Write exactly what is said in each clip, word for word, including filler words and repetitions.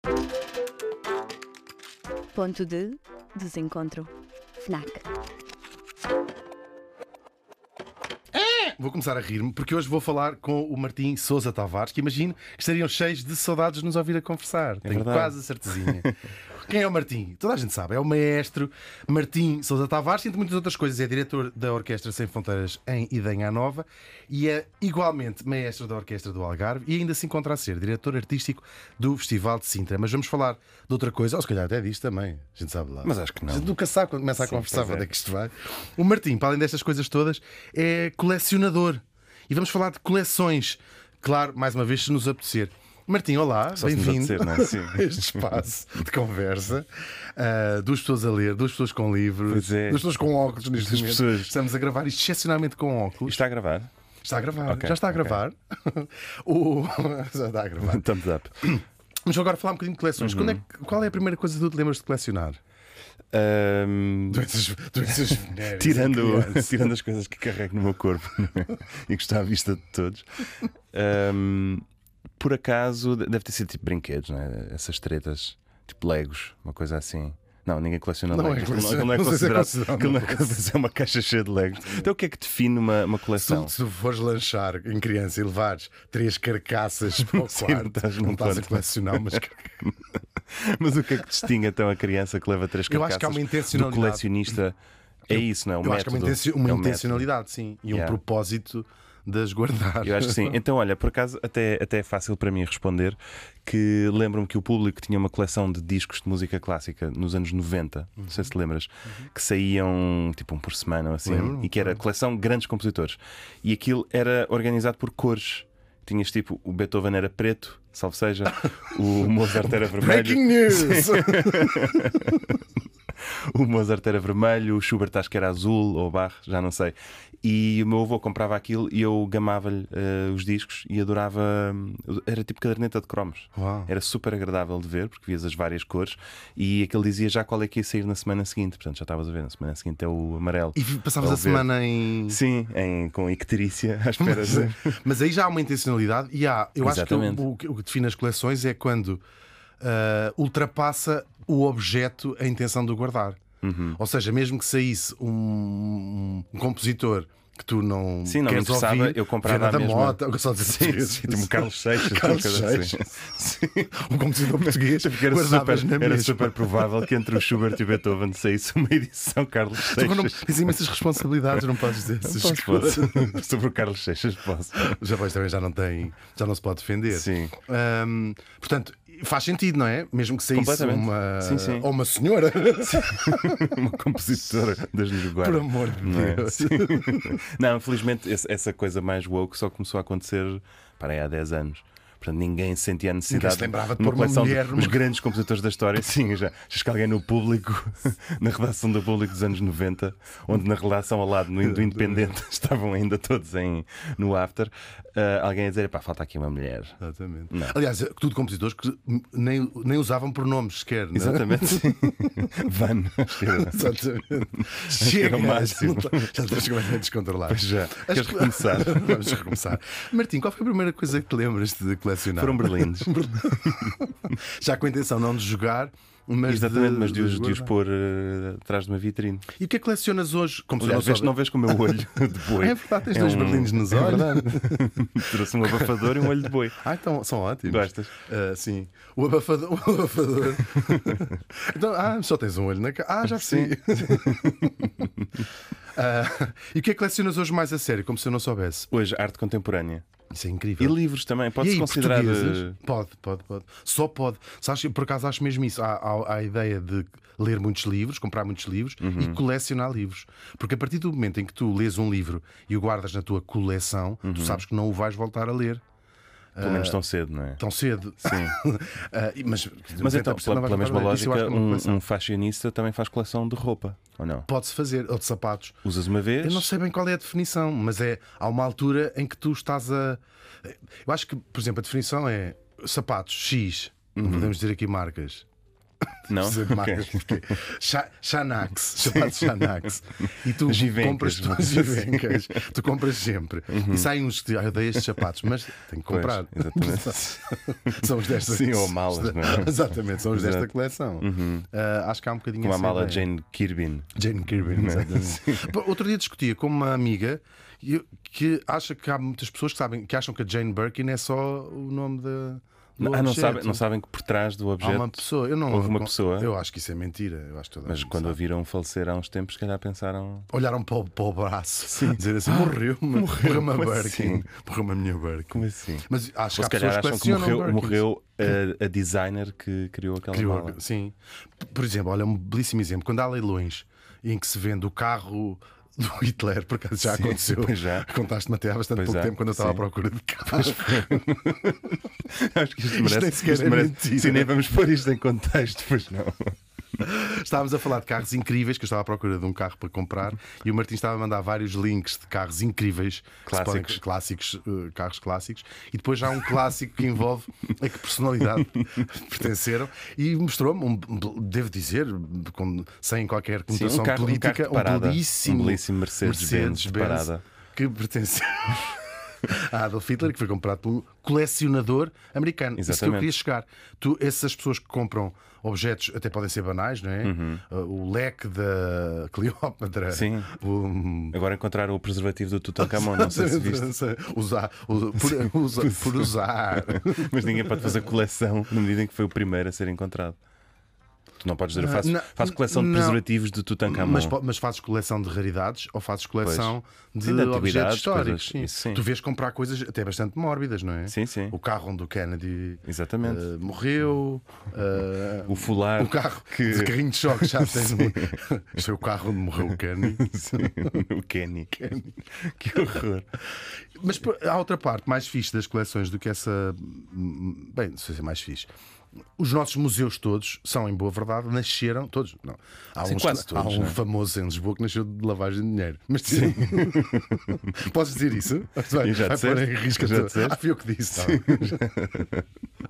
Ponto de desencontro. FNAC. Vou começar a rir-me porque hoje vou falar com o Martim Sousa Tavares, que imagino que estariam cheios de saudades de nos ouvir a conversar. Tenho verdade. quase a certezinha. Quem é o Martim? Toda a gente sabe, é o maestro Martim Sousa Tavares, entre muitas outras coisas. É diretor da Orquestra Sem Fronteiras em Idenha Nova e é igualmente maestro da Orquestra do Algarve e ainda se encontra a ser diretor artístico do Festival de Sintra. Mas vamos falar de outra coisa, ou se calhar até disto também, a gente sabe lá. Mas acho que não. A gente nunca sabe quando começa a Sim, conversar pois é. onde é que isto vai. O Martim, para além destas coisas todas, é colecionador. E vamos falar de coleções. Claro, mais uma vez, se nos apetecer. Martim, olá, Só se nos bem-vindo apetecer, não é? Sim. a este espaço de conversa. Uh, duas pessoas a ler, duas pessoas com livros, Pois é. duas pessoas com óculos neste Duas momento. pessoas. Estamos a gravar isto excepcionalmente com óculos. Está a gravar? Está a gravar, Ok, já está a ok. gravar. o... Já está a gravar. Thumbs up. Vamos agora falar um bocadinho de coleções. Uhum. Quando é que- Qual é a primeira coisa que tu te lembras de colecionar? Ahm, Doenças, doenças venéreas. tirando, criança. tirando as coisas que carrego no meu corpo não é? E que está à vista de todos. Ahm, por acaso, deve ter sido tipo brinquedos, não é? Essas tretas, tipo Legos, uma coisa assim. Não, ninguém coleciona Não é Legos. coleciona- Aquilo não é não sei se é considerado. considerado Aquilo não é uma coisa. considerado uma caixa cheia de Legos. Então o que é que define uma, uma Se coleção? tu, se tu fores lanchar em criança e levares três carcaças para o Sim, quarto, não estás não num estás a ponto. colecionar, mas Mas o que é que distingue então a criança que leva três Eu carcaças acho que há uma do intencionalidade. colecionista? É isso, não é? O eu acho que há uma, método. intenci- uma É o método. intencionalidade, sim, e um Yeah. propósito de as guardar. Eu acho que sim. Então, olha, por acaso até, até é fácil para mim responder que lembro-me que o público tinha uma coleção de discos de música clássica nos anos noventa, não sei se te lembras, que saíam tipo um por semana ou assim, Lembro-me, e que era coleção de grandes compositores. E aquilo era organizado por cores. Tinhas tipo, o Beethoven era preto, salvo seja, o Mozart era vermelho. Breaking news! O Mozart era vermelho, o Schubert acho que era azul ou Bach, já não sei. E o meu avô comprava aquilo e eu gamava-lhe eh, os discos e adorava. Era tipo caderneta de cromos. Uau. Era super agradável de ver porque vias as várias cores e aquele dizia já qual é que ia sair na semana seguinte. Portanto, já estavas a ver, na semana seguinte é o amarelo. E passavas É o a verde. semana em. Sim, em, com icterícia à espera Mas, de. mas aí já há uma intencionalidade e há. Eu acho que Exatamente. o, o que- o que define as coleções é quando ah, ultrapassa o objeto a intenção de o guardar. Uhum. Ou seja, mesmo que saísse um, um compositor que tu não Sim, não me queres interessava, ouvir, eu comprava Viana a da mesma. Mota, eu só dizer Sim, vezes. sim, tipo Carlos Seixas, Carlos uma coisa assim. Seixas. Um compositor português Porque era, guardavas super, na era mesma. super provável que entre o Schubert e o Beethoven saísse uma edição Carlos Tu não, Seixas. tens imensas responsabilidades, não podes dizer essas Posso, coisas. posso. Sobre o Carlos Seixas, posso. Os Japões também já não têm, já não se pode defender. Sim. Ahm, portanto, faz sentido, não é? Mesmo que saísse Completamente. uma Sim, sim. ou uma senhora, Uma compositora das nos guarda. por amor de Não é? Deus. Sim. Não, infelizmente esse- essa coisa mais woke só começou a acontecer para aí há dez anos. Portanto, ninguém sentia a necessidade se lembrava de numa pôr uma coleção mulher de, numa- os grandes compositores da história. Sim, já acho que alguém no público, na redação do público dos anos noventa, onde na redação ao lado no, do Independente estavam ainda todos em, no after, ah, alguém a dizer: pá, falta aqui uma mulher. Exatamente. Não. Aliás, tudo compositores que nem, nem usavam pronomes sequer. não é? Exatamente. sim. Van. acho que era. Exatamente. que era Chega, o máximo. já não- já estás completamente descontrolado. Pois já. Acho Queres que- recomeçar? Vamos recomeçar. Martim, qual foi a primeira coisa que te lembras de colecionar? Foram berlindes. Já com a intenção não de jogar, mas Exatamente, de, mas de os, de os guardar. pôr eh, atrás de uma vitrine. E o que é que colecionas hoje? Como Aliás, se vês, não vês com o meu olho de boi. É verdade, tens É dois um- berlindes nos é olhos. verdade. Trouxe um abafador e um olho de boi. Ah, então são ótimos. Gostas? Ah, sim. O abafador. O abafador. Então, ah, só tens um olho na cara. Ah, já percebi. Ah, e o que é que colecionas hoje mais a sério? Como se eu não soubesse. Hoje, arte contemporânea. Isso é E incrível. livros também. E Pode-se aí, considerar. portugueses? eh, Pode, pode, pode. Só pode. Sabes, por acaso acho mesmo isso. Há, há- há a ideia de ler muitos livros, comprar muitos livros Uhum. e colecionar livros. Porque a partir do momento em que tu lês um livro e o guardas na tua coleção, Uhum. tu sabes que não o vais voltar a ler Pelo menos tão cedo, não é? tão cedo. Sim. Ah, e- mas Mas então, por cento pela, não vais pela mesma voltar a ler. Isso eu acho lógica, que é uma um, coleção. um fashionista também faz coleção de roupa, ou não? Pode-se fazer, ou de sapatos. Usas uma vez. Eu não sei bem qual é a definição, mas é há uma altura em que tu estás a. Eu acho que, por exemplo, a definição é sapatos X, não podemos dizer aqui marcas. Não? Dizer Ok. marcas, porque Xa- Xanax, chamados Xanax. E tu Givencas, compras tu, mas assim. givencas, tu compras sempre. E saem uns que ah, eu dei estes sapatos, mas tenho que Pois, comprar. exatamente. São os desta Sim, ou malas, não é? Exatamente, são os desta Exato. coleção. Ah, acho que há um bocadinho Como a essa mala ideia. Jane Kirby. Jane Kirby, exatamente. Pô, Outro dia discutia com uma amiga e- que acha que há muitas pessoas que, sabem, que acham que a Jane Birkin é só o nome da. do Ah, não objeto. sabem, não sabem que por trás do Há objeto uma pessoa. Eu não, houve uma pessoa. Eu acho que isso é mentira. Eu acho que toda a Mas gente quando a sabe. viram falecer há uns tempos, se calhar pensaram. Olharam para o, para o braço, dizer assim: morreu-me, morreu-me a como Birkin, assim? morreu-me a minha Birkin. Como assim? Mas acho que Ou há se calhar pessoas que acham que colecionam morreu, Birkins. morreu a, a designer que criou aquela Criou- mala. Sim. P- Por exemplo, olha, um belíssimo exemplo. Quando há leilões em que se vende o carro do Hitler, por acaso já Sim, aconteceu. pois já. Contaste-me até há bastante Pois pouco é, tempo quando eu estava sim. à procura de carros. Acho que isto Isto merece. nem sequer isto é merece- mentira. Sim, nem vamos pôr isto em contexto, pois não. Estávamos a falar de carros incríveis, que eu estava à procura de um carro para comprar, e o Martim estava a mandar vários links de carros incríveis, que se podem- Clássicos. clássicos, eh, carros clássicos, e depois já há um clássico que envolve a que personalidade pertenceram, e mostrou-me, um, devo dizer, com- sem qualquer conotação um carro- um política, carro de parada. belíssimo, Um belíssimo Mercedes-Benz de parada. que pertenceu a Adolf Hitler, que foi comprado pelo colecionador americano. Isso que eu Exatamente. queria chegar. Tu, essas pessoas que compram objetos, até podem ser banais, não é? Uh, o leque da Cleópatra. Sim. O... Agora encontraram o preservativo do Tutankhamon, não sei se viste. Usar, o- por, usa- por usar. Mas ninguém pode fazer coleção na medida em que foi o primeiro a ser encontrado. Tu não podes dizer, eu faço, Não, faço coleção de não. preservativos de Tutankhamon. Mas, po- mas fazes coleção de raridades ou fazes coleção de, Sim, de objetos antiguidades, históricos? coisas- Sim. isso sim. Tu vês comprar coisas até bastante mórbidas, não é? Sim, sim. O carro onde o Kennedy Exatamente. uh, morreu, uh, O fular o carro que- de carrinho de choque já tens no... Isto é o carro onde morreu o Kennedy. Sim, o Kenny. Que horror. Mas pô, há outra parte mais fixe das coleções do que essa. Bem, não sei se é mais fixe. Os nossos museus todos são, em boa verdade, nasceram. Todos, não. Há, Sim, uns, quase há todos, um não é? famoso em Lisboa que nasceu de lavagem de dinheiro. Mas sim. Podes dizer isso? Vai, E já vai pôr disseste? em risco a Já tua- disseste? Ah, fui eu que disse. Tá.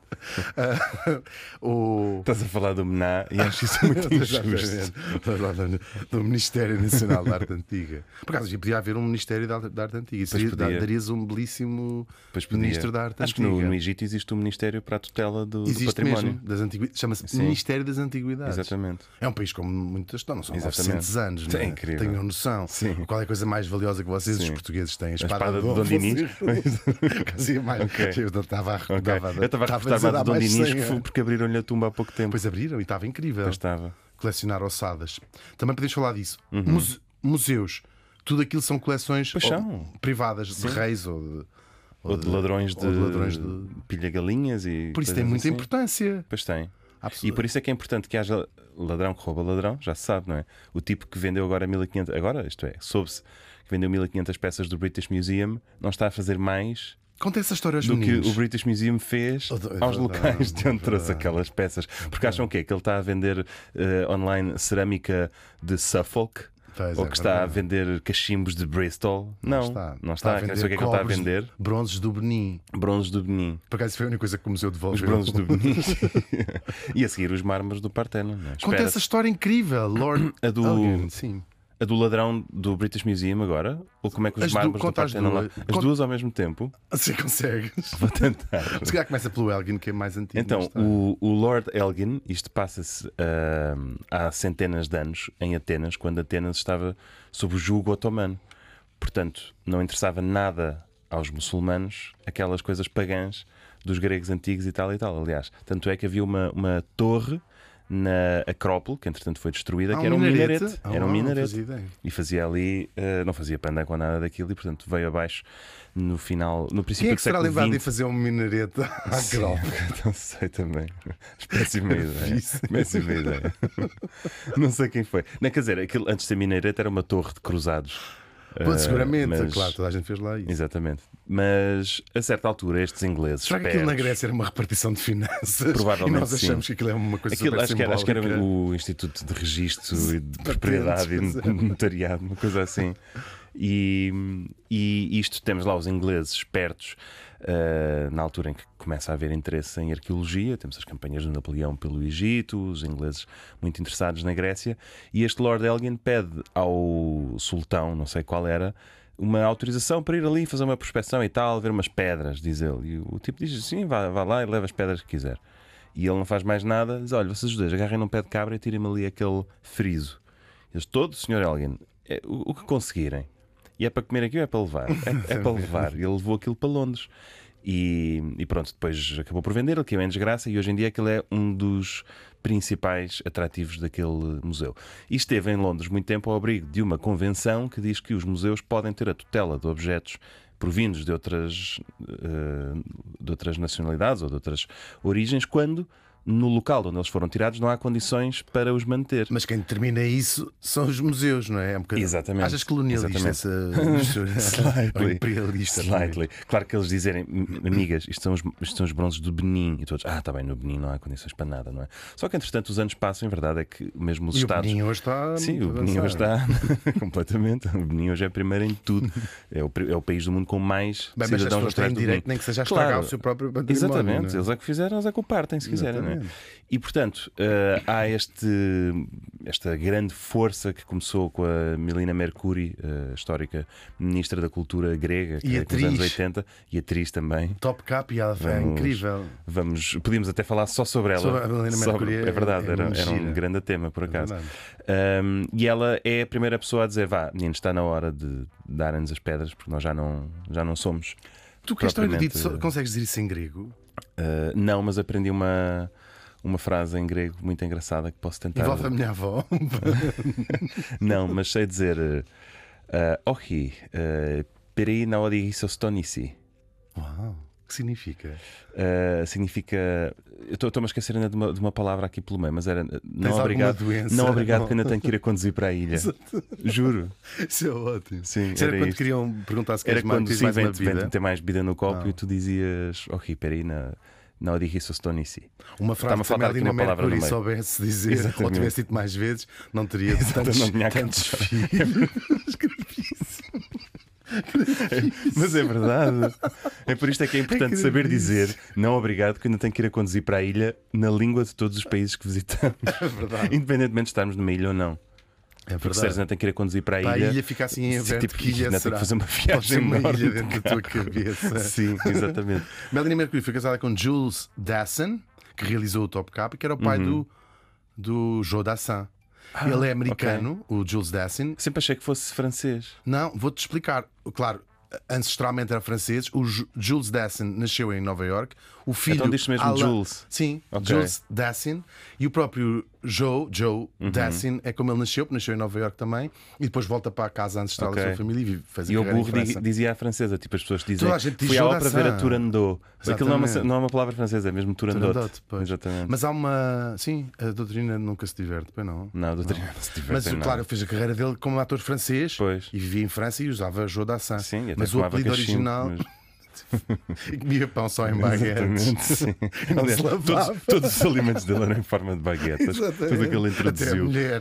Ah, o... Estás a falar do Mená e acho isso muito injusto. Exatamente. Do Ministério Nacional da Arte Antiga. Por acaso, podia haver um Ministério da Arte, da Arte Antiga. Isso Pois seria- podia. darias um belíssimo Pois podia. Ministro da Arte Acho que Antiga. no, no Egito existe um Ministério para a tutela do, do Existe património. mesmo, das antiguidades. Chama-se Sim. Ministério das Antiguidades. Exatamente. É um país com muitas histórias, não são Exatamente. novecentos anos, Sim, não é? é incrível. Tenham noção. Sim. Qual é a coisa mais valiosa que vocês, os Sim. portugueses, têm? A A espada, espada de Dom Dom Dinis. Fazia mais. Ok. Eu estava a Ok. recordava. Eu estava a reportar-me dar de Dom mais Dinis cem que foi anos. porque abriram-lhe a tumba há pouco tempo. Depois abriram e estava incrível. Pois estava. Colecionar ossadas. Também podemos falar disso. Uhum. Muse- museus. Tudo aquilo são coleções Pois ou- são. privadas de reis ou de, Ou de ladrões de, ou de ladrões de- pilha-galinhas e. Por isso tem coisas muita assim. importância. Pois tem. Há pessoas- E por isso é que é importante que haja ladrão que rouba ladrão, já se sabe, não é? O tipo que vendeu agora mil e quinhentas, agora, isto é, soube-se que vendeu mil e quinhentas peças do British Museum, não está a fazer mais Conta essa história aos do que meninos. o British Museum fez Oh, é aos verdade, locais de é onde trouxe verdade. aquelas peças. Porque acham o quê? Que ele está a vender eh, online cerâmica de Suffolk? Pois Ou é, que está a verdade. vender cachimbos de Bristol? Não, não está. a Quer saber o que é que ele está a cobres, vender? Bronzes do Benin. Bronzes do Benin. Por acaso foi a única coisa que o museu Os devolveu. bronzes do Benin. E a seguir os mármores do Partenon. Não é? Conta Espera-se. essa história incrível, Lord A do- Elgin, sim. A do ladrão do British Museum agora? Ou como é que os As du- mármores do conta as Partenon lá? duas. As Conta- duas ao mesmo tempo? Se consegues. Vou tentar. Se calhar começa pelo Elgin, que é mais antigo. Então, mas está. o, o Lord Elgin, isto passa-se ah, há centenas de anos em Atenas, quando Atenas estava sob o jugo otomano. Portanto, não interessava nada aos muçulmanos aquelas coisas pagãs dos gregos antigos e tal e tal. Aliás, tanto é que havia uma, uma torre na Acrópole, que entretanto foi destruída, Há que era um minarete. Ah, Era um não minarete. fazia ideia. E fazia ali, eh, não fazia panda com nada daquilo, e portanto veio abaixo no final, no Quem princípio é do que será século lembrado de vinte. fazer um minarete à Sim, Acrópole? não sei também. Péssima ideia. Isso. Péssima ideia. Não sei quem foi. Não, quer dizer, aquilo, antes de ser minarete era uma torre de cruzados. Pô, Eh, seguramente, mas- claro, toda a gente fez lá isso. Exatamente. Mas a certa altura, estes ingleses. Será que aquilo na espertos- Grécia era uma repartição de finanças? Provavelmente E nós achamos sim. que aquilo é uma coisa Aquilo, super acho, que era, acho que era simbólica. o Instituto de Registro e de Propriedade e Patentes, de Notariado, uma coisa assim. E, e isto temos lá os ingleses espertos, uh, na altura em que começa a haver interesse em arqueologia. Temos as campanhas de Napoleão pelo Egito, os ingleses muito interessados na Grécia. E este Lord Elgin pede ao sultão, não sei qual era, uma autorização para ir ali fazer uma prospecção e tal, ver umas pedras, diz ele. E o tipo diz assim: vá, vá lá e leva as pedras que quiser. E ele não faz mais nada, diz: olha, vocês dois agarrem num pé de cabra e tirem-me ali aquele friso. Eles, todo, senhor Elgin, é, o, o que conseguirem. E é para comer aquilo, é para levar. É, é para levar. E ele levou aquilo para Londres. E, e pronto, depois acabou por vender, ele caiu em desgraça. E hoje em dia aquele é um dos principais atrativos daquele museu. E esteve em Londres muito tempo ao abrigo de uma convenção que diz que os museus podem ter a tutela de objetos provindos de outras, uh, de outras nacionalidades ou de outras origens, quando no local onde eles foram tirados não há condições para os manter. Mas quem determina isso são os museus, não é? É um bocadinho... Exatamente. Achas colonialista essa mistura? Slightly. Imperialista. Slightly. Claro que eles dizerem: amigas, isto são, os, isto são os bronzes do Benin. E todos: ah, está bem, no Benin não há condições para nada, não é? Só que entretanto os anos passam, em verdade é que mesmo os e Estados. O Benin hoje está. Sim, o Benin hoje está completamente. O Benin hoje é primeiro em tudo. É o, é o país do mundo com mais bem, cidadãos. Mas as pessoas têm direito, nem que seja a estragar claro, o seu próprio património. Exatamente, é? Eles é que fizeram, eles é que o partem, se quiserem, não é? E portanto, uh, há este, esta grande força que começou com a Milena Mercuri, uh, histórica ministra da Cultura grega, que e é atriz. nos anos oitenta, e atriz também. Top Cap, e ela foi Vamos- incrível. Vamos, podíamos até falar só sobre ela. Sobre a Milena Sobre- Mercuri é- é verdade, é era, muito era um gira. grande tema, por É acaso. verdade. Um, e ela é a primeira pessoa a dizer: vá, meninos, está na hora de darem-nos as pedras, porque nós já não, já não somos. Tu que és tão propriamente- erudito, só- consegues dizer isso em grego? Uh, não, mas aprendi uma, uma frase em grego muito engraçada que posso tentar. Envolve a minha avó. Não, mas sei dizer: uh, Ohi, uh, perei na odigisostonisi. Uau, o que significa? Uh, significa. Eu estou-me a esquecer ainda de uma, de uma palavra aqui pelo meio, mas era. Não alguma obrigado, doença? não obrigado, que ainda tenho que ir a conduzir para a ilha. Juro. Isso é ótimo. Sim, Isso era, era quando isto. queriam perguntar se Era queres mais, quando tens sim, mais vem, uma vem vida. ter mais bebida no copo Ah. e tu dizias: Ohi, perei na, na odigisostonisi. Uma frase Está-me a que a faltar aqui Melina uma palavra no Mercury meio. soubesse dizer, Exatamente. ou tivesse dito mais vezes, não teria tantos, não tinha tantos acabado. filhos. Mas é verdade. É por isto é que é importante É saber gravíssimo. dizer não obrigado, que ainda tenho que ir a conduzir para a ilha na língua de todos os países que visitamos. É verdade. Independentemente de estarmos numa ilha ou não. É Porque se verdade. ainda tenho que ir a conduzir para a Para a ilha. ilha fica assim em Sim, aberto, tipo, que ilha ainda tenho será? que fazer uma Pode ser viagem uma enorme ilha de dentro da tua cabeça. Sim, exatamente. Melanie Mercury foi casada com Jules Dassin, que realizou o Top Cap, que era o pai Uhum. do, do Joe Dassin. Ah, Ele é americano, o Jules Dassin. Sempre achei que fosse francês. Não, vou-te explicar. Claro, ancestralmente era francês. O Ju- Jules Dassin nasceu em Nova York. O filho Então diz-se mesmo Alan- Jules. Sim, Ok. Jules Dassin. E o próprio Joe, Joe Uhum. Dassin, é como ele nasceu, porque nasceu em Nova York também. E depois volta para a casa ancestral Ok. da sua família e vive- faz a E o carreira em burro di- França. dizia à francesa, tipo as pessoas dizem: Toda a gente diz fui à Joe ópera ver a Dassin. Turandot. Aquilo não é, uma, Exatamente. não é uma palavra francesa, é mesmo Turandot. Turandot, pois. Exatamente. Mas há uma. Sim, a doutrina nunca se diverte, pois não. Não, doutrina não se diverte Mas em nada. claro, fez a carreira dele como ator francês Pois. e vivia em França e usava Joe Dassin. Sim, e até mas o fumava apelido cachimbo, original mas- e comia pão só em baguetes. Exatamente, sim. Não Aliás, se lavava. todos, todos os alimentos dele eram em forma de baguetas. Exatamente. Tudo aquilo Até a introduziu. mulher.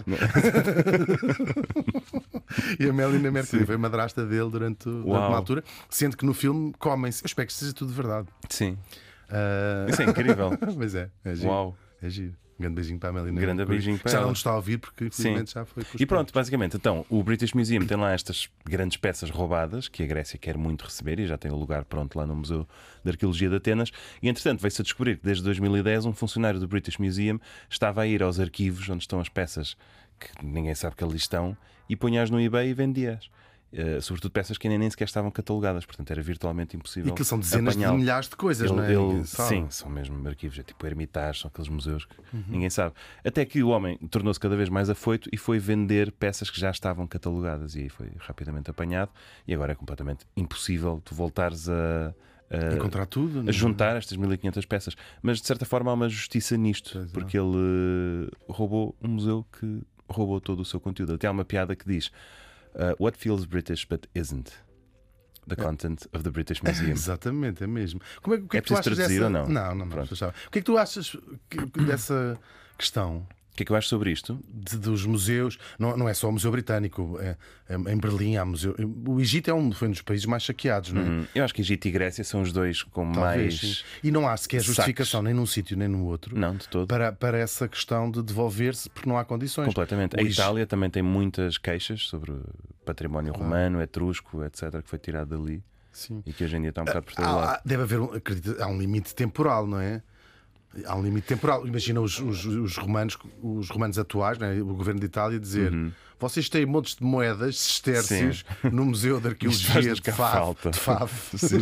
E a Melina Mercury foi madrasta dele durante, o- durante Uau. uma altura, sendo que no filme comem-se. Eu espero que seja tudo verdade. Sim, Ah, isso é incrível. Mas é, é giro. Uau. É giro. Um grande beijinho para a Melina Grande Mercury. beijinho para Já ela. não nos está a ouvir porque infelizmente já foi com os E pronto, pais. basicamente, então, o British Museum tem lá estas grandes peças roubadas que a Grécia quer muito receber e já tem o lugar pronto lá no Museu de Arqueologia de Atenas. E entretanto, veio-se a descobrir que desde dois mil e dez um funcionário do British Museum estava a ir aos arquivos onde estão as peças que ninguém sabe que ali estão e punha-as no eBay e vendia-as. Uh, sobretudo peças que ainda nem sequer estavam catalogadas, portanto era virtualmente impossível. E que são dezenas apanhá-lo. de milhares de coisas, Ele- não é? ele- Ninguém sabe. sim, são mesmo arquivos, é tipo Hermitage, são aqueles museus que Uhum. ninguém sabe. Até que o homem tornou-se cada vez mais afoito e foi vender peças que já estavam catalogadas, e aí foi rapidamente apanhado. E agora é completamente impossível tu voltares a, a- Encontrar tudo. não a é? juntar estas mil e quinhentas peças. Mas de certa forma há uma justiça nisto, Pois é. porque ele eh, roubou um museu que roubou todo o seu conteúdo. Até há uma piada que diz: uh, What feels British but isn't? The content of the British Museum. Exatamente, é mesmo. Como é, o que é, É que tu preciso achas traduzir dessa... ou não? Não, não, não. Pronto. pessoal sabe. O que é que tu achas que- que dessa questão? que é que eu acho sobre isto? De, dos museus, não, não é só o Museu Britânico, é, é, em Berlim há museu. O Egito é um, foi um dos países mais saqueados, não é? Hum, eu acho que Egito e Grécia são os dois com Talvez, mais. sim. E não há sequer saques. justificação nem num sítio nem no outro Não, de todo. para, para essa questão de devolver-se porque não há condições. Completamente. O A Eg- Itália também tem muitas queixas sobre património romano, etrusco, etcétera, que foi tirado dali Sim. e que hoje em dia está um bocado por todo Há, lado. há- deve haver um, acredito, há um limite temporal, não é? Há um limite temporal. Imagina os, os, os romanos, os romanos atuais, não é? O governo de Itália dizer: vocês têm montes de moedas sestércios no Museu de Isto Arqueologia faz-nos de cá Faf. falta. De Faf. Sim.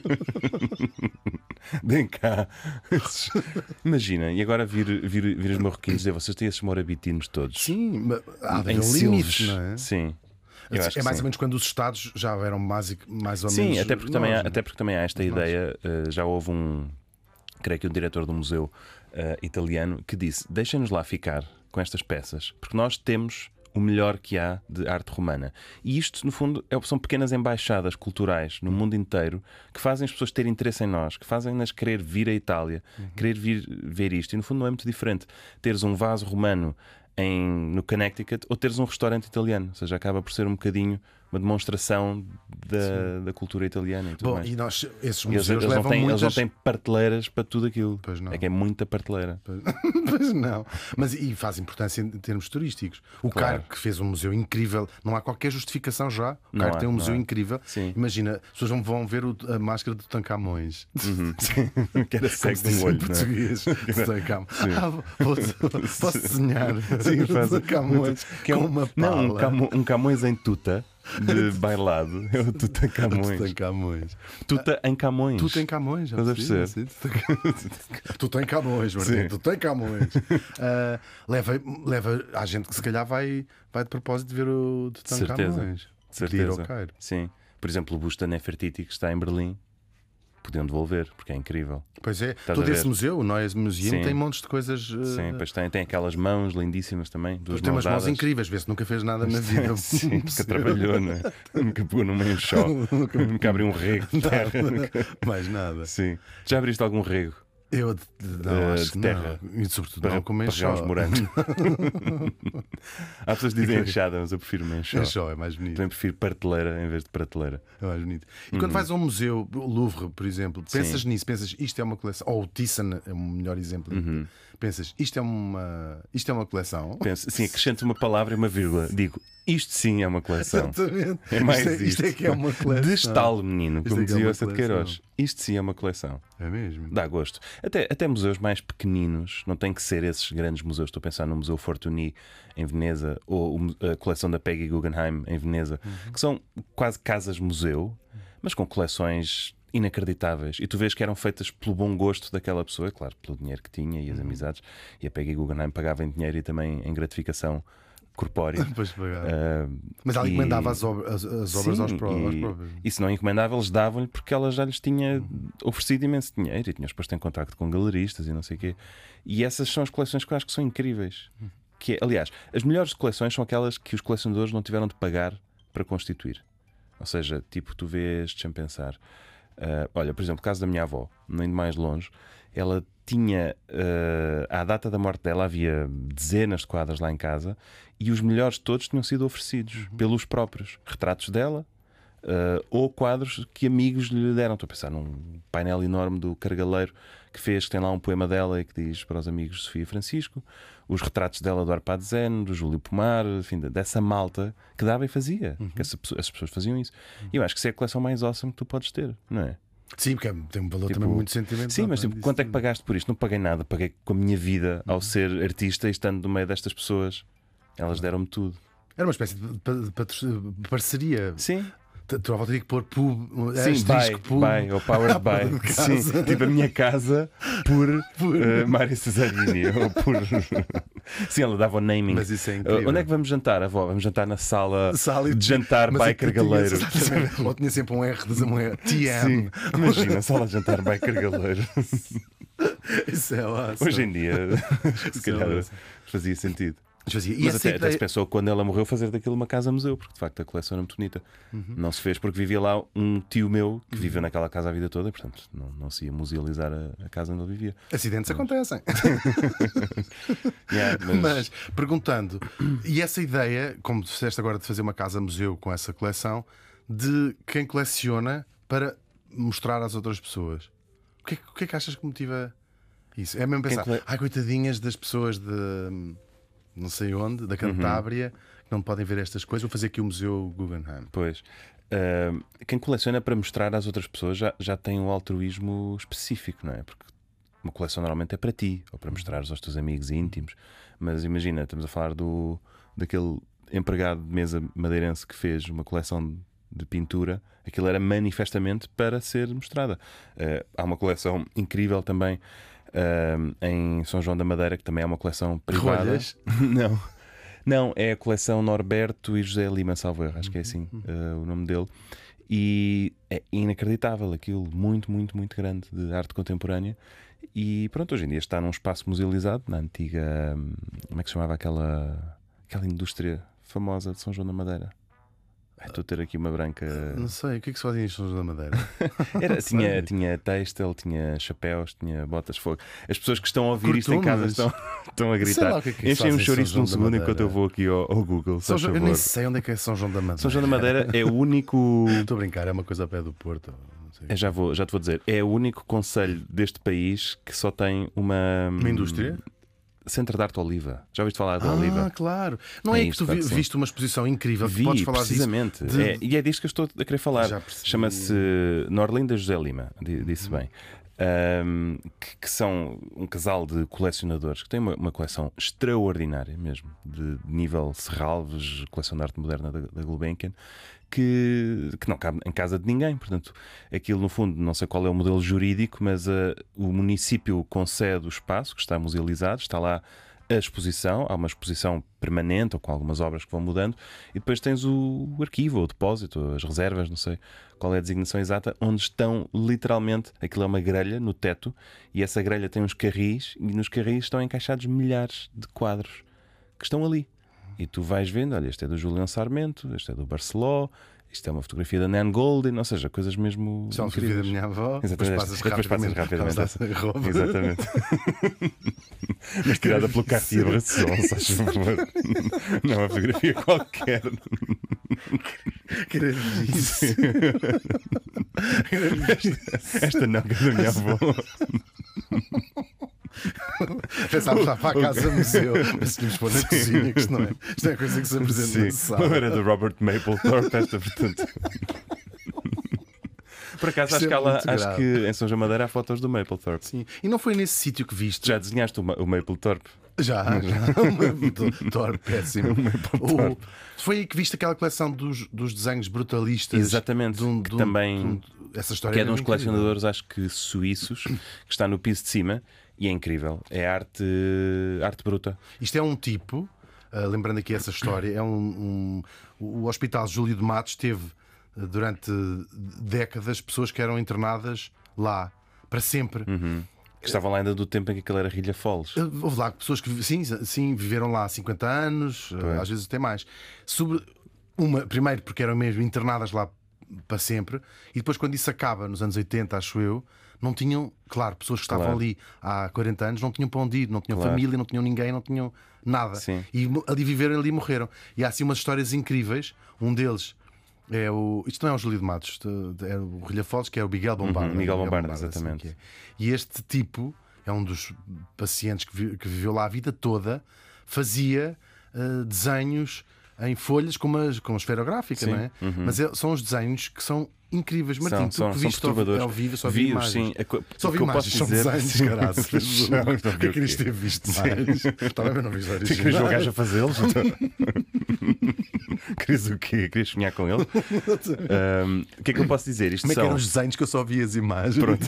Vem cá. Imagina, e agora vir, vir, vir os marroquinos dizer: vocês têm esses morabitinos todos. Sim, mas há de Em haver um silves. limite, não é? Sim. Eu acho É que mais sim. ou menos quando os Estados já eram mais, mais ou menos. Sim, até porque, também há, nós, não é? até porque também há esta Nós. ideia. eh, já houve um, creio que um diretor do museu eh, italiano que disse: deixem-nos lá ficar com estas peças, porque nós temos o melhor que há de arte romana. E isto, no fundo, é- são pequenas embaixadas culturais no mundo inteiro que fazem as pessoas terem interesse em nós, que fazem-nas querer vir à Itália, querer vir ver isto. E no fundo não é muito diferente teres um vaso romano em, no Connecticut ou teres um restaurante italiano. Ou seja, acaba por ser um bocadinho uma demonstração da, da cultura italiana e tudo Bom, mais. e nós, esses E eles, museus eles não levam têm, eles não muitas. têm prateleiras para tudo aquilo. Pois não. É que é muita prateleira. Pois não. Mas e faz importância em termos turísticos. O Claro. Cairo, que fez um museu incrível, não há qualquer justificação já. O Não Cairo há, tem um não museu há. incrível. Sim. Imagina, as pessoas vão- vão ver o- a máscara de Tancamões. Uhum. que era Como cego se de diz um em olho. Não é? português. Tancam- Ah, vou- posso desenhar Sim, faz- Tancamões Que é com um, uma não, pala. um, camo, um Camões em tuta de bailado. É o Tuta Camões. Tancamões. Tuta em Camões. Tu tem Camões, já Estás a percebi, perceber? sim. Tu tem Camões, Martim, Sim. tu tem Camões. Ah, leva, leva, há gente que se calhar vai, vai de propósito ver o de De certeza. Camões. De De ir ao certeza. Cairo. Sim. Por exemplo, o busto da Nefertiti que está em Berlim. Podiam devolver, porque é incrível. Pois é, Estás todo a esse ver? museu, o Neues Museum, Sim. tem montes de coisas. ah, Sim, pois tem, tem aquelas mãos lindíssimas também. Duas tem umas mãos mãos dadas. incríveis, vê-se nunca fez nada na vida. Sim, nunca trabalhou, não é? Nunca pegou num meio chó, nunca abriu um rego de terra. nunca- Mais nada. Sim. Já abriste algum rego Eu de- de- não, Eh, acho de que terra. não. E sobretudo para, não como para regar os enxó. morangos? Há pessoas que dizem enxada, mas eu prefiro uma enxó. Enxó é mais bonito. Também prefiro prateleira em vez de prateleira. É mais bonito. E quando vais a um museu, o Louvre, por exemplo, pensas Uhum. Sim. nisso, pensas isto é uma coleção, ou o Thyssen é um melhor exemplo. Uhum. Pensas isto é uma, isto é uma coleção. Penso, sim, acrescento uma palavra e uma vírgula. Digo, isto sim é uma coleção. Exatamente. É mais isto, é, isto isto. é que é uma coleção. Destalo, menino, Isto como é que é dizia uma o Sá de coleção. Queiroz. Isto sim é uma coleção. É mesmo. Dá gosto. Até, até museus mais pequeninos, não tem que ser esses grandes museus. Estou a pensar no Museu Fortuny em Veneza ou o mu- a coleção da Peggy Guggenheim em Veneza, Uhum. que são quase casas-museu, mas com coleções inacreditáveis. E tu vês que eram feitas pelo bom gosto daquela pessoa, claro, pelo dinheiro que tinha e as Uhum. amizades. E a Peggy Guggenheim pagava em dinheiro e também em gratificação corpórea. Depois de pagar. Ah, Mas ela e- encomendava as, ob- as- as obras Sim, aos, pró- aos e, próprios. e se não encomendava, eles davam-lhe porque ela já lhes tinha oferecido imenso dinheiro e tinha-os posto em contacto com galeristas e não sei o quê. E essas são as coleções que eu acho que são incríveis. Que é, aliás, as melhores coleções são aquelas que os colecionadores não tiveram de pagar para constituir. Ou seja, tipo, tu vês, deixa-me pensar. ah, olha, por exemplo, o caso da minha avó, não indo mais longe, ela tinha, ah, à data da morte dela, havia dezenas de quadros lá em casa e os melhores de todos tinham sido oferecidos pelos próprios. Retratos dela ah, ou quadros que amigos lhe deram. Estou a pensar num painel enorme do Cargaleiro que fez, que tem lá um poema dela e que diz para os amigos de Sofia e Francisco, os retratos dela do Arpad Zen, do Júlio Pomar, enfim, dessa malta que dava e fazia. Que essa pessoa- essas pessoas faziam isso. E eu acho que isso é a coleção mais awesome que tu podes ter, não é? Sim, porque é- tem um valor Tipo, também muito sentimental. Sim, mas não tipo, disso quanto é que tudo. pagaste por isto? Não paguei nada, paguei com a minha vida ao ser artista e estando no meio destas pessoas. Elas deram-me tudo. Era uma espécie de, pa- de patro- de parceria. Sim, Tu tu à volta tinha que pôr pub, sim, asterisco by, pub. by, ou powered à porta by. de casa. Sim, tipo a minha casa por, uh, Mário Cesarini. ou por... Sim, ela dava o naming. Mas isso é Uh, incrível. onde é que vamos jantar, avó? Vamos jantar na sala Sala e- de jantar Mas by aquilo Cargaleiro. tinha- exatamente. Ou tinha sempre um R, diz um R. T M. Sim, imagina, sala de jantar by Cargaleiro. Isso é lá. Hoje em dia, se Isso é calhar ótimo. fazia sentido. Mas, fazia. E Mas essa até, até ideia... se pensou quando ela morreu fazer daquilo uma casa-museu, porque de facto a coleção era muito bonita. Uhum. Não se fez porque vivia lá um tio meu que viveu naquela casa a vida toda, e portanto não, não se ia musealizar a, a casa onde ele vivia. Acidentes mas... acontecem. yeah, mas... mas perguntando, e essa ideia, como disseste agora, de fazer uma casa-museu com essa coleção, de quem coleciona para mostrar às outras pessoas, o que é, o que, é que achas que motiva isso? É mesmo pensar, Cole... ai, coitadinhas das pessoas de não sei onde, da Cantábria, uhum. que não podem ver estas coisas, vou fazer aqui o Museu Guggenheim. Pois. Uh, quem coleciona para mostrar às outras pessoas já, já tem um altruísmo específico, não é? Porque uma coleção normalmente é para ti, ou para mostrares aos teus amigos íntimos. Mas imagina, estamos a falar do, daquele empregado de mesa madeirense que fez uma coleção de pintura, aquilo era manifestamente para ser mostrada. Uh, há uma coleção incrível também uh, em São João da Madeira, que também é uma coleção privada. Rolhas? Não. Não, é a coleção Norberto e José Lima, salvo erro, acho que é assim uh, o nome dele. E é inacreditável aquilo, muito, muito, muito grande de arte contemporânea. E pronto, hoje em dia está num espaço musealizado, na antiga. Como é que se chamava aquela, aquela indústria famosa de São João da Madeira? Ai, estou a ter aqui uma branca. Não sei, o que é que se fazia em São João da Madeira? Era, tinha, tinha têxtil, tinha chapéus, tinha botas de fogo. As pessoas que estão a ouvir isto em casa estão, estão a gritar. O que é que Enchem um chouriço num segundo enquanto eu vou aqui ao, ao Google. São Jo- eu nem sei onde é que é São João da Madeira. São João da Madeira é o único. Estou a brincar, é uma coisa a pé do Porto. Não sei. Eu já, vou, já te vou dizer, é o único concelho deste país que só tem uma. Uma indústria? Centro de Arte Oliva. Já ouviste falar de Ah, Oliva? claro. Não É é, que isso, tu claro vi, que sim. viste uma exposição incrível que Vi, podes falar precisamente. disso. de- É, e é disto que eu estou a querer falar. Já percebi. Chama-se Norlinda José Lima, di- disse bem. Ahm, que, que são um casal de colecionadores que têm uma, uma coleção extraordinária mesmo, de nível Serralves, coleção de arte moderna da, da Gulbenkian, que, que não cabe em casa de ninguém. Portanto, aquilo no fundo, não sei qual é o modelo jurídico, mas ah, o município concede o espaço que está musealizado, está lá a exposição, há uma exposição permanente ou com algumas obras que vão mudando, e depois tens o, o arquivo, o depósito, as reservas, não sei qual é a designação exata, onde estão literalmente, aquilo é uma grelha no teto, e essa grelha tem uns carris, e nos carris estão encaixados milhares de quadros que estão ali. E tu vais vendo, olha, este é do Julião Sarmento, este é do Barceló, isto é uma fotografia da Nan Goldin, ou seja, coisas mesmo Já uma fotografia da minha avó, depois Exatamente. passas Depois passas rapidamente, rapidamente. a roupa. Exatamente. Mas tirada pelo Cartier Bresson, se faz favor. Não é uma fotografia qualquer. Que era isso. Esta não, que é da minha avó. Pensávamos lá para a casa museu, mas tínhamos pôr na cozinha, que isto não é. Isto é coisa que se apresenta na Sim, sala. era do Robert Mapplethorpe, esta, portanto. Por acaso, acho Isto que, é há lá, muito acho grave. que em São João da Madeira há fotos do Mapplethorpe. Sim. E não foi nesse sítio que viste? Já desenhaste o, Ma- o Mapplethorpe? Já, já. Thor, péssimo. O- Foi aí que viste aquela coleção dos, dos desenhos brutalistas. Exatamente, de um- que de um- também- de um- essa história Que é era de uns incrível. colecionadores, acho que suíços, que está no piso de cima e é incrível. É arte, arte bruta. Isto é um tipo, ah, lembrando aqui essa história, é um, um- o Hospital Júlio de Matos teve ah, durante décadas pessoas que eram internadas lá para sempre. Que estavam lá ainda do tempo em que aquilo era Rilha Foles. Ah, Houve lá pessoas que sim, sim, viveram lá há cinquenta anos, ah, Pois. às vezes até mais. Sobre uma, primeiro porque eram mesmo internadas lá para sempre, e depois, quando isso acaba, nos anos oitenta, acho eu, não tinham, claro, pessoas que estavam Claro. ali há quarenta anos não tinham para onde ir, não tinham Claro. família, não tinham ninguém, não tinham nada. Sim. E mo- ali viveram, ali morreram. E há assim umas histórias incríveis. Um deles é o. Isto não é o Júlio de Matos, isto é o Rilha Foles, que é o Miguel Bombarda. Uhum, Miguel Bombarda, assim exatamente. que é. E este tipo é um dos pacientes que, vi- que viveu lá a vida toda, fazia ah, desenhos em folhas com uma, com uma esferográfica, Sim, não é? uhum. Mas é- são os desenhos que são incríveis. Martim, São, tu são, que são viste ao, perturbadores. ao vivo, eu só vi Vi-os, imagens. sim. A co- Só o vi que eu imagens, posso são dizer- desenhos, Sim. caraças. Não, O não que é vi que o querias quê? ter visto mais? Estava a ver, não vi os Sim, querias ver o originais. gajo a fazê-los? Então... querias o quê? Querias sonhar com ele? Ahm, o que é que eu posso dizer? Isto Como é que são... eram os desenhos que eu só vi as imagens? Pronto.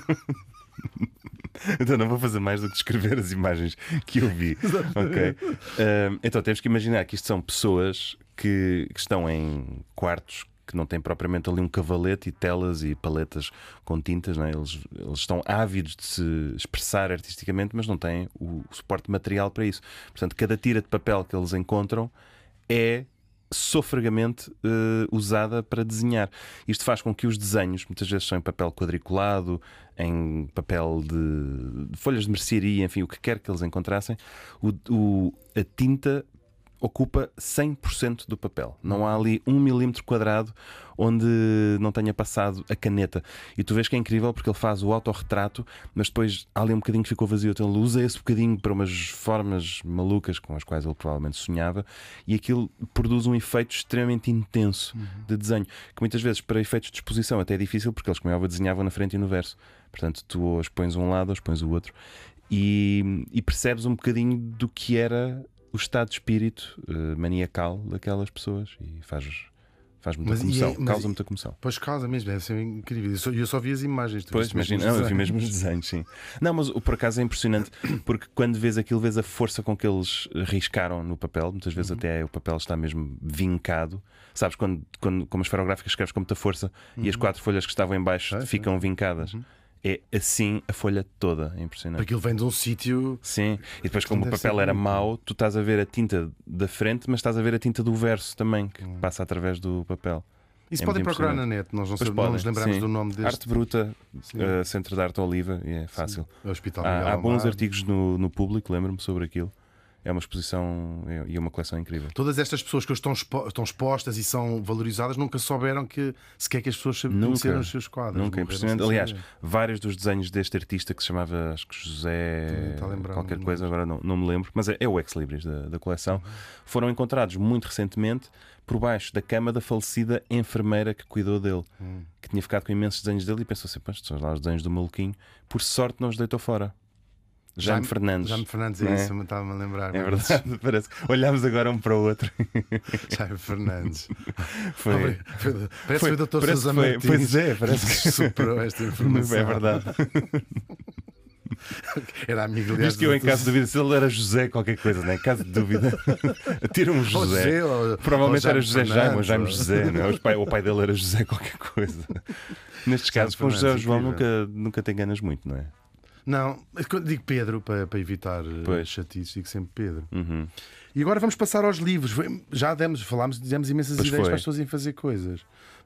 Então não vou fazer mais do que descrever as imagens que eu vi. Ok. Ahm, então temos que imaginar que isto são pessoas que, que estão em quartos que não têm propriamente ali um cavalete e telas e paletas com tintas, não é? eles, eles estão ávidos de se expressar artisticamente, mas não têm o, o suporte material para isso. Portanto, cada tira de papel que eles encontram é sofregamente uh, usada para desenhar. Isto faz com que os desenhos, muitas vezes são em papel quadriculado, em papel de, de folhas de mercearia, enfim, o que quer que eles encontrassem, o, o, a tinta ocupa cem por cento do papel. Não há ali um milímetro quadrado onde não tenha passado a caneta. E tu vês que é incrível porque ele faz o autorretrato, mas depois há ali um bocadinho que ficou vazio. Então ele usa esse bocadinho para umas formas malucas com as quais ele provavelmente sonhava, e aquilo produz um efeito extremamente intenso de desenho, que muitas vezes para efeitos de exposição até é difícil, porque eles, como é óbvio, desenhavam na frente e no verso. Portanto, tu ou expões um lado ou expões o outro, e, e percebes um bocadinho do que era o estado de espírito uh, maniacal daquelas pessoas, e faz, faz muita Mas, comoção, e é- mas- causa muita comoção. Pois causa mesmo, deve ser incrível. Eu só, eu só vi as imagens. tu Pois, viste mesmo imagina, os não, eu vi desenhos. mesmo os desenhos, sim. Não, mas o por acaso é impressionante, porque quando vês aquilo, vês a força com que eles riscaram no papel. Muitas vezes até o papel está mesmo vincado. Sabes, quando, quando com uma esferográfica escreves com muita força e as quatro folhas que estavam em baixo Sei, sei. ficam vincadas. É assim a folha toda, é impressionante. Porque ele vem de um sítio. Sim, e depois, como o Deve papel ser era muito. mau, tu estás a ver a tinta da frente, mas estás a ver a tinta do verso também, que passa através do papel. Isso É podem muito procurar na impressionante. net, nós não, Pois sabemos, não nos podem, lembramos sim. do nome deste. Arte Bruta, Sim. uh, Centro de Arte Oliva, e é fácil. É o Hospital Miguel Há, há bons Almada. artigos no, no público, lembro-me sobre aquilo. É uma exposição e é uma coleção incrível. Todas estas pessoas que hoje estão, expo- estão expostas e são valorizadas nunca souberam que sequer que as pessoas Nunca. conheceram os seus quadros. Nunca, é Morreram impressionante. sem Aliás, saber. vários dos desenhos deste artista que se chamava, acho que Também José está a lembrar, qualquer não coisa, lembro. agora não, não me lembro, mas é, é o ex-libris da, da coleção, foram encontrados muito recentemente por baixo da cama da falecida enfermeira que cuidou dele, Hum. que tinha ficado com imensos desenhos dele e pensou assim: pois, são lá os desenhos do maluquinho, por sorte não os deitou fora. Jaime Fernandes. Jaime Fernandes, não é é? isso, me estava a lembrar. É mas- verdade, parece. Olhámos agora um para o outro. Jaime Fernandes. Foi. Foi- Parece que Foi- foi o doutor parece Sousa que foi- Martins pois é, parece que superou esta informação. É verdade. Era amigo, aliás, Visto que eu, em do- caso de dúvida, se ele era José qualquer coisa, não é? Em caso de dúvida, tira um Ou José. José, ou- Provavelmente ou era José Jaime ou Fernandes, Jaime ou- José, não é? O pai, o pai dele era José qualquer coisa. Nestes Jaime casos, com José ou Fernandes, João incrível. nunca, nunca te enganas muito, não é? Não, quando digo Pedro para, para evitar eh, Pois. chatices, digo sempre Pedro. Uhum. E agora vamos passar aos livros. Já demos, falámos, dizemos imensas Pois ideias foi. para as pessoas irem fazer coisas.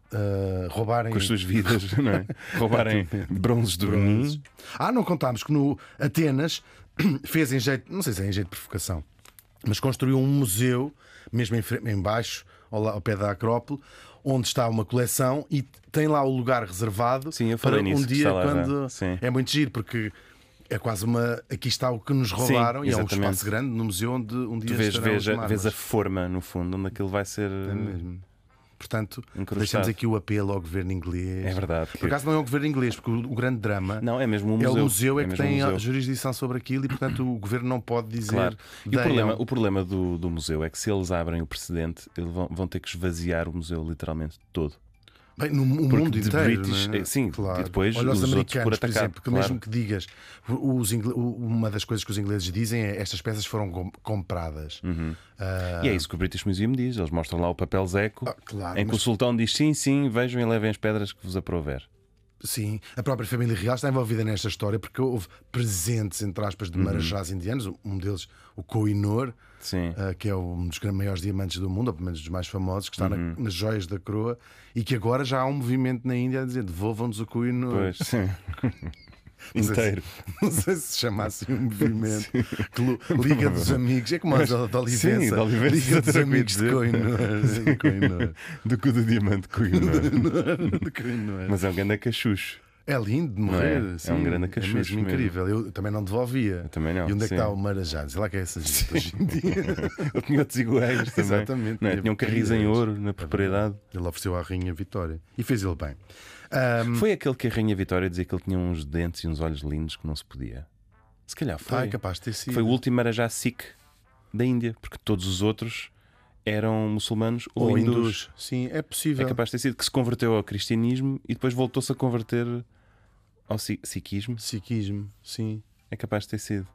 Uh, roubarem Com as suas vidas, não é? Roubarem bronzes de bronzes. Berlim. Ah, não contámos que no Atenas fez em jeito, não sei se é em jeito de provocação, mas construiu um museu, mesmo em, fre- em baixo, ao, la- ao pé da Acrópole, onde está uma coleção e tem lá o lugar reservado Sim, eu para falei nisso, um que dia está lá já. quando Sim. é muito giro, porque é quase uma. Aqui está o que nos roubaram, e é um exatamente. espaço grande no museu onde um dia Tu vês, estarão vês, os a, mármores. vês a forma, no fundo, onde aquilo vai ser. É mesmo. Portanto, Incrustado. deixamos aqui o apelo ao governo inglês. É verdade. Por acaso não é o governo inglês, porque o, o grande drama Não, é mesmo um é museu. o museu é, que mesmo um tem a museu. jurisdição sobre aquilo e, portanto, o governo não pode dizer. Claro. E o "Deem problema, ao-" o problema do, do museu é que se eles abrem o precedente, eles vão, vão ter que esvaziar o museu literalmente todo. Bem, no o Porque mundo de inteiro. British- não é? eh, sim, claro. e depois Olha os os outros americanos, por por atacar, exemplo, que claro. mesmo que digas, os ingle- uma das coisas que os ingleses dizem é estas peças foram com- compradas. Uhum. Ah, E é isso que o British Museum diz. Eles mostram lá o papel Zeco, ah, claro, em que mas- o sultão diz sim, sim, vejam e levem as pedras que vos aprouver. Sim, a própria família real está envolvida nesta história porque houve presentes, entre aspas, Uhum. de marajás indianos, um deles, o Koh-i-Noor, Sim. ah, que é um dos gra- maiores diamantes do mundo, ou pelo menos dos mais famosos, que está na- Uhum. nas joias da coroa, e que agora já há um movimento na Índia a dizer devolvam-nos o Koh-i-Noor. Pois, sim. Não sei se- Inteiro. Não sei se se chama assim um movimento que lu- Liga dos Amigos, é como a da da Olivença. Sim, da Olivença, Liga dos era o que eu ia Amigos de dizer. Koh-i-Noor. Koh-i-Noor. Do cu do diamante Koh-i-Noor. De Koh-i-Noor. Mas é um grande cachucho. É lindo de Não morrer. é? É sim. um grande É cachucho mesmo mesmo. incrível. Eu também não devolvia. Eu também não, E onde é que sim. está o Marajá? Sei lá que é essa gente hoje em dia. Ele tinha outros iguais também. Exatamente. Não é? Tinha um carris em ouro na É propriedade. verdade. Ele ofereceu à Rainha Vitória. E fez ele bem. Ahm, Foi aquele que a Rainha Vitória dizia que ele tinha uns dentes e uns olhos lindos que não se podia. Se calhar foi. ah, é capaz de ter sido. Foi o último Marajá Sikh da Índia, porque todos os outros eram muçulmanos ou, Ou hindus. hindus. Sim, é possível. É capaz de ter sido que se converteu ao cristianismo e depois voltou-se a converter ao si- sikhismo. Sikhismo, sim. É capaz de ter sido.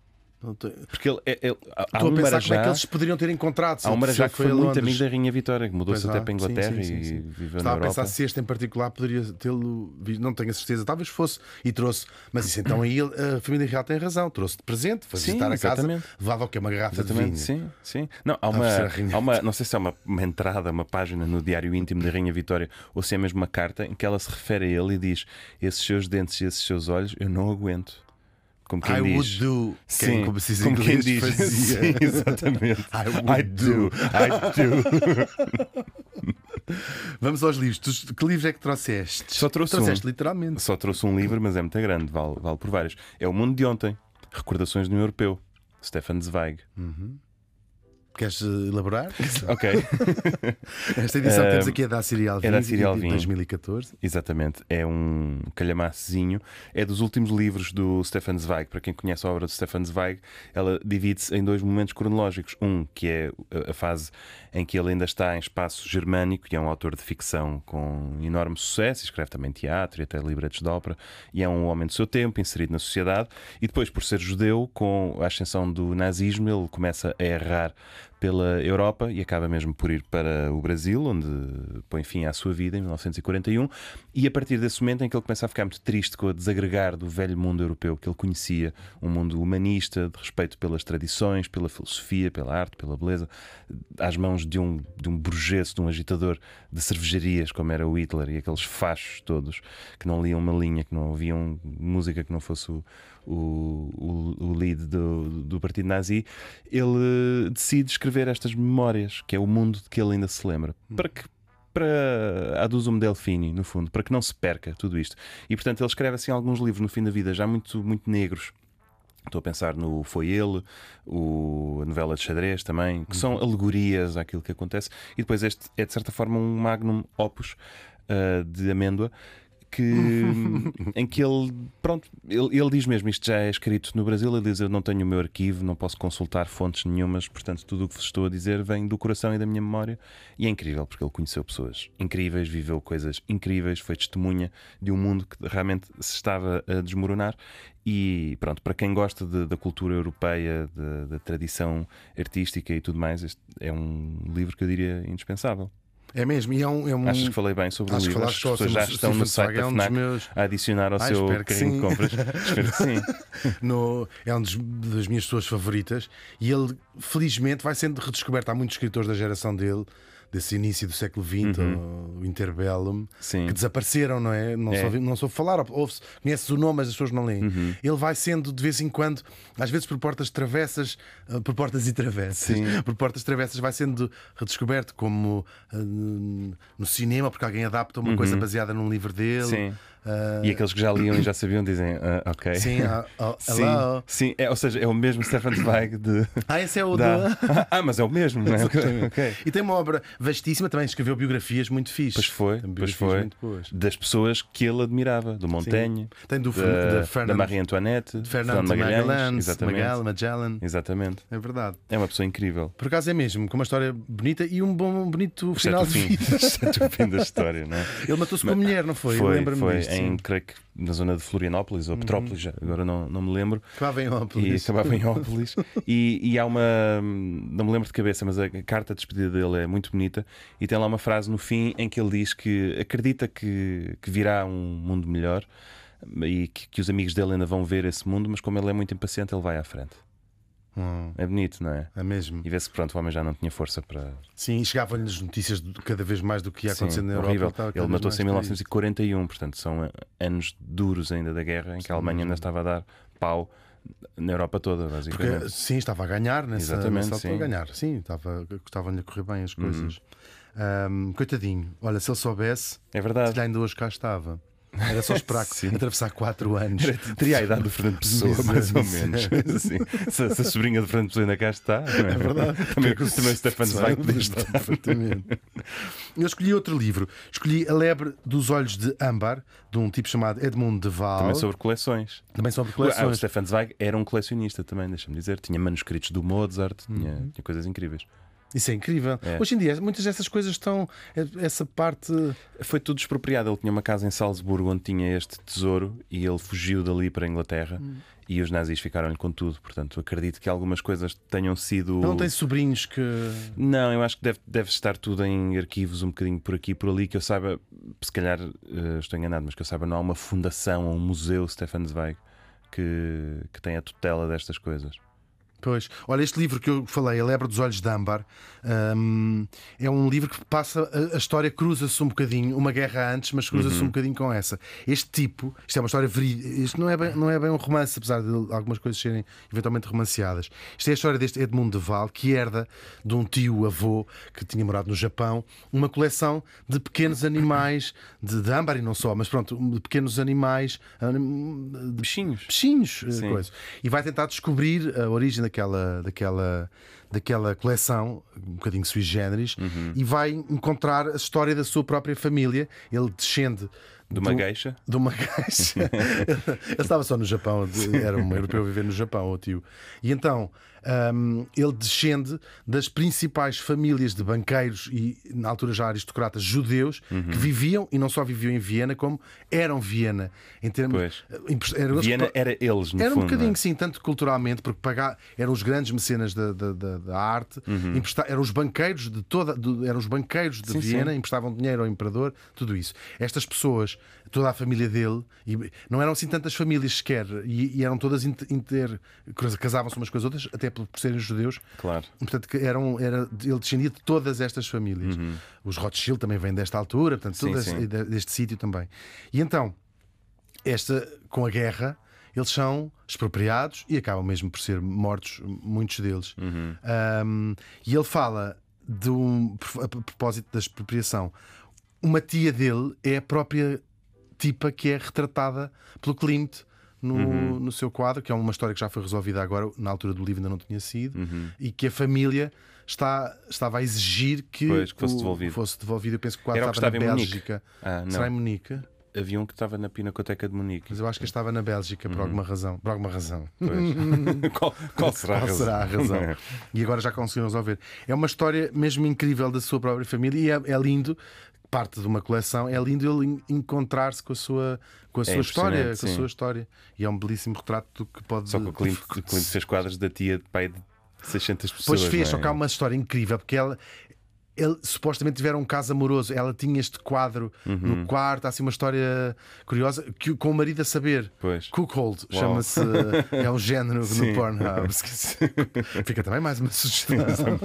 Porque ele, ele, ele há Estou um a pensar Marajá, como é que eles se poderiam ter encontrado. há um Marajá que foi a muito Londres. amigo da Rainha Vitória, que mudou-se Pois até há. para a Inglaterra Sim, sim, sim, e sim. viveu Estava na a Europa. pensar se este em particular poderia tê-lo visto. Não tenho a certeza, talvez fosse e trouxe. Mas isso então aí a família real tem razão. Trouxe de presente, foi Sim, visitar a casa, exatamente. levava o que é uma garrafa Exatamente, de vinho. sim, sim. Não, há uma, oferecer a Rainha há uma, não sei se é uma, uma entrada, uma página no Diário Íntimo da Rainha Vitória ou se é mesmo uma carta em que ela se refere a ele e diz: esses seus dentes e esses seus olhos eu não aguento. Como quem I diz. would do. Sim, Quem, como, se como quem inglês diz. fazia. Sim, exatamente. I would I do, I do. Vamos aos livros. Tu, que livros é que trouxeste? Só trouxe trouxeste um. literalmente. Só trouxe um livro, mas é muito grande, vale, vale por vários. É O Mundo de Ontem, Recordações de um Europeu, Stefan Zweig. Queres uh, elaborar? Ok. Esta edição que Uh, temos aqui é da Assíria Alvim, é da Assíria Alvim. de dois mil e catorze. Exatamente, é um calhamaçozinho. É dos últimos livros do Stefan Zweig. Para quem conhece a obra de Stefan Zweig, ela divide-se em dois momentos cronológicos. Um que é a fase em que ele ainda está em espaço germânico e é um autor de ficção com enorme sucesso, escreve também teatro e até libretos de ópera, e é um homem do seu tempo, inserido na sociedade. E depois, por ser judeu, com a ascensão do nazismo, ele começa a errar pela Europa e acaba mesmo por ir para o Brasil, onde põe fim à sua vida em mil novecentos e quarenta e um. E a partir desse momento em que ele começa a ficar muito triste com a desagregar do velho mundo europeu que ele conhecia, um mundo humanista, de respeito pelas tradições, pela filosofia, pela arte, pela beleza, às mãos de um, de um burguês, de um agitador de cervejarias como era o Hitler e aqueles fachos todos que não liam uma linha, que não ouviam música que não fosse o O, o, o lead do, do partido nazi. Ele decide escrever estas memórias, que é o mundo de que ele ainda se lembra, para que para Adusum Delphini, no fundo, para que não se perca tudo isto. E portanto ele escreve assim alguns livros no fim da vida já muito, muito negros. Estou a pensar no Foi Ele, o, a novela de xadrez também, que são alegorias àquilo que acontece. E depois este é de certa forma um magnum opus uh, de amêndoa, que, em que ele, pronto, ele, ele diz mesmo, isto já é escrito no Brasil, ele diz: eu não tenho o meu arquivo, não posso consultar fontes nenhumas, portanto tudo o que vos estou a dizer vem do coração e da minha memória. E é incrível, porque ele conheceu pessoas incríveis, viveu coisas incríveis, foi testemunha de um mundo que realmente se estava a desmoronar. E pronto, para quem gosta de, da cultura europeia, de, da tradição artística e tudo mais, este é um livro que eu diria indispensável. É mesmo, e é um, é um... Achas que falei bem sobre Acho o que livro? falaste As pessoas já estão no site da FNAC meus... a adicionar ao ah, seu espero que carrinho sim. de compras. Espero que sim. No, é um dos, das minhas pessoas favoritas e ele, felizmente, vai sendo redescoberto. Há muitos escritores da geração dele, desse início do século vinte, uhum. o Interbellum, Sim. que desapareceram, não é? Não, É. Soube, não soube falar, ouve-se, conheces o nome, mas as pessoas não leem. Uhum. Ele vai sendo, de vez em quando, às vezes por portas travessas, uh, por portas e travessas, Sim. por portas travessas, vai sendo redescoberto, como uh, no cinema, porque alguém adapta uma Uhum. coisa baseada num livro dele. Sim. Uh, E aqueles que já liam e já sabiam dizem: ah, ok. Sim, ah, oh, Sim, hello. sim. É, ou seja, é o mesmo Stefan Zweig de. Ah, esse é o da... do. Ah, mas é o mesmo, não é? Ok. E tem uma obra vastíssima, também escreveu biografias muito fixes. Pois foi, Tem pois biografias foi. muito boas. Das pessoas que ele admirava, do Montaigne, Tem do da, da da Fernando, Marie Antoinette, de Fernando Magalhães. Magalhães, Exatamente. Magal, Magellan. Exatamente. É verdade. É uma pessoa incrível. Por acaso é mesmo, com uma história bonita e um bom, um bonito final Exceto o de fim, vida. exceto o fim da história, não é? Ele matou-se com a mulher, não foi? Foi, Lembra-me foi disto. em, sim. creio que na zona de Florianópolis ou Petrópolis, já- agora não, não me lembro. Acabava em E Ópolis. acabava em Ópolis. e, e há uma. Não me lembro de cabeça, mas a carta de despedida dele é muito bonita. E tem lá uma frase no fim em que ele diz que acredita que, que virá um mundo melhor e que, que os amigos dele ainda vão ver esse mundo, mas como ele é muito impaciente, ele vai à frente. Hum, É bonito, não é? é mesmo. E vê-se que pronto, o homem já não tinha força para. Sim, e chegavam-lhes notícias de cada vez mais do que ia acontecer Sim, na Europa. horrível. Estava cada Ele vez matou-se em mais mil novecentos e quarenta e um, portanto são anos duros ainda da guerra em que a Alemanha ainda estava a dar pau na Europa toda, basicamente. Porque, sim, estava a ganhar nessa, Exatamente, nessa altura, sim. a ganhar. Sim, estava, estavam-lhe a correr bem as coisas. Ahm, coitadinho, olha, se ele soubesse, É se verdade. calhar ainda hoje cá estava. Era só esperar Sim. atravessar quatro anos. Era- Teria a idade do Fernando Pessoa, mais ou menos. Exato. Assim, se, se a sobrinha do Fernando Pessoa ainda cá está, não é? É verdade. Também, também o Stefan Zweig podia estar. Perfeitamente. Eu escolhi outro livro. Escolhi A Lebre dos Olhos de Âmbar, de um tipo chamado Edmund de Waal. Também sobre coleções. Também sobre Ah, o coleções. Stefan Zweig era um colecionista também, deixa-me dizer. Tinha manuscritos do Mozart, tinha, tinha coisas incríveis. Isso é incrível. É. Hoje em dia, muitas dessas coisas estão. Essa parte. Foi tudo expropriado. Ele tinha uma casa em Salzburgo onde tinha este tesouro e ele fugiu dali para a Inglaterra hum. e os nazis ficaram-lhe com tudo. Portanto, acredito que algumas coisas tenham sido. Não tem sobrinhos que. Não, eu acho que deve, deve estar tudo em arquivos um bocadinho por aqui e por ali. Que eu saiba, se calhar uh, estou enganado, mas que eu saiba, não há uma fundação ou um museu Stefan Zweig que, que tenha a tutela destas coisas. Pois. Olha, este livro que eu falei, A Lebre dos Olhos de Âmbar, um, é um livro que passa. A, a história cruza-se um bocadinho, uma guerra antes, mas cruza-se uhum. um bocadinho com essa. Este tipo, isto é uma história verídica, isto não é, bem, não é bem um romance, apesar de algumas coisas serem eventualmente romanceadas. Isto é a história deste Edmundo de Val, que herda de um tio-avô que tinha morado no Japão uma coleção de pequenos animais, de, de âmbar e não só, mas pronto, de pequenos animais, de bichinhos, bichinhos coisa. E vai tentar descobrir a origem daquela Daquela, daquela, daquela coleção, um bocadinho sui generis, uhum. e vai encontrar a história da sua própria família. Ele descende de uma geisha. De uma geisha. Ele estava só no Japão, era um europeu a viver no Japão, o tio. E então um, ele descende das principais famílias de banqueiros e, na altura, já aristocratas judeus uhum. que viviam, e não só viviam em Viena, como eram Viena. Em termos, eram Viena que, era eles, no Era fundo, um bocadinho, é? sim, tanto culturalmente, porque pagar, eram os grandes mecenas da, da, da, da arte, uhum. emprestar, eram os banqueiros de toda, de, eram os banqueiros de sim, Viena, sim. emprestavam dinheiro ao imperador, tudo isso. Estas pessoas, toda a família dele, e não eram assim tantas famílias sequer, e, e eram todas inter, casavam-se umas com as outras, até por, por serem judeus. Claro. Portanto, eram, era, ele descendia de todas estas famílias. Uhum. Os Rothschild também vêm desta altura, portanto, sim, todas, sim. deste sítio também. E então, esta, com a guerra, eles são expropriados e acabam mesmo por ser mortos, muitos deles. Uhum. Um, e ele fala de um, a propósito da expropriação, uma tia dele é a própria tipa que é retratada pelo Klimt no, uhum. no seu quadro, que é uma história que já foi resolvida agora, na altura do livro ainda não tinha sido, uhum. e que a família está, estava a exigir que, pois, que fosse, o, devolvido. fosse devolvido. Eu penso que o quadro Era estava, estava na em Bélgica. Ah, não. Será em Munique? Havia um que estava na Pinacoteca de Munique. Mas eu acho que estava na Bélgica, por uhum. alguma razão. Por alguma razão. qual, qual será, qual a, será a razão? E agora já conseguiram resolver. É uma história mesmo incrível da sua própria família e é, é lindo, parte de uma coleção, é lindo ele encontrar-se com a sua, com a é sua história, com sim. a sua história. E é um belíssimo retrato do que pode. Só que o Klimt, o Klimt fez quadros da tia de pai de seiscentas pessoas. Pois fez, é? só que há uma história incrível, porque ela. Ele, supostamente tiveram um caso amoroso. Ela tinha este quadro uhum. no quarto. Há assim uma história curiosa que, com o marido a saber. Pois. Cuckold chama-se. É um género Sim. no Pornhub. Fica também mais uma sugestão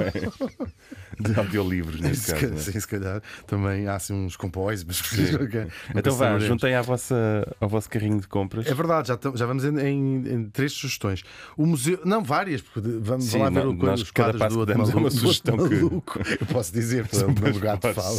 de audiolivros neste se caso. Calhar, sim, se calhar também há assim uns compóis. Mas então vá, juntei à vossa, ao vosso carrinho de compras. É verdade, já, já vamos em, em, em três sugestões. O museu, não várias, porque vamos sim, lá ver não, o, nós, os quadros do outro maluco. Uma sugestão do que... maluco. Eu posso dizer, no lugar de fala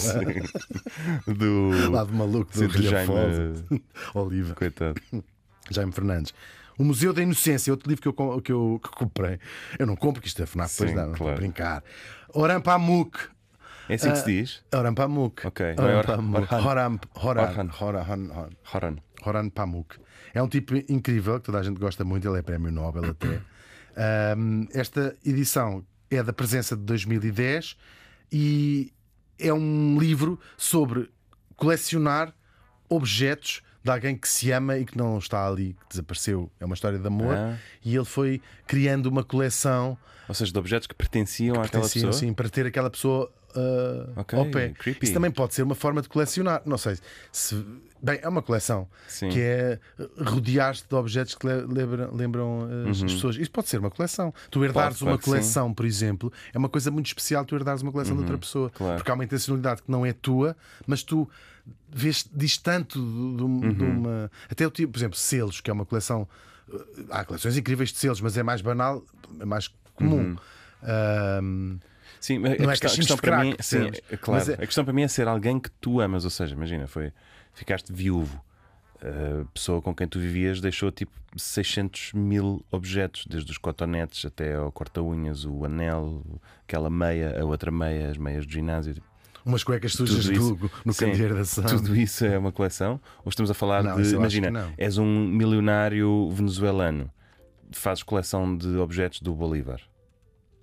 do lado maluco do Jaime Oliva. Coitado. Jaime Fernandes. O Museu da Inocência, outro livro que eu, que eu que comprei. Eu não compro, que isto é FNAC, depois dá, não claro. Vou brincar. Oran Pamuk. É assim que se diz? Uh, Oran Pamuk. Ok. Oran Pamuk. Horan Horan Horan Oran Pamuk. É um tipo incrível, que toda a gente gosta muito, ele é prémio Nobel até. Um, esta edição é da presença de dois mil e dez e é um livro sobre colecionar objetos de alguém que se ama e que não está ali, que desapareceu. É uma história de amor ah. e ele foi criando uma coleção, ou seja, de objetos que pertenciam que àquela pertenciam, pessoa. Sim, para ter aquela pessoa uh, okay, ao pé. Creepy. Isso também pode ser uma forma de colecionar. Não sei se. Bem, é uma coleção sim. que é rodear-te de objetos que lembram, lembram as, uhum. as pessoas. Isso pode ser uma coleção. Tu herdares pode, uma pode, coleção, sim. por exemplo, é uma coisa muito especial. Tu herdares uma coleção uhum. de outra pessoa, claro. porque há uma intencionalidade que não é tua, mas tu vês, diz tanto de, de, uhum. de uma. Até o tipo, por exemplo, selos, que é uma coleção. Há coleções incríveis de selos, mas é mais banal, é mais comum. Uhum. Um, Sim, a não questão, é a questão para crack, mim, sim, é, claro, é... a questão para mim é ser alguém que tu amas, ou seja, imagina, foi, ficaste viúvo, a pessoa com quem tu vivias deixou tipo seiscentos mil objetos, desde os cotonetes até ao corta-unhas, o anel, aquela meia, a outra meia, as meias do ginásio. Umas cuecas sujas de Google no candeeiro da ação. Tudo isso é uma coleção? Ou estamos a falar não, de, imagina, és um milionário venezuelano, fazes coleção de objetos do Bolívar.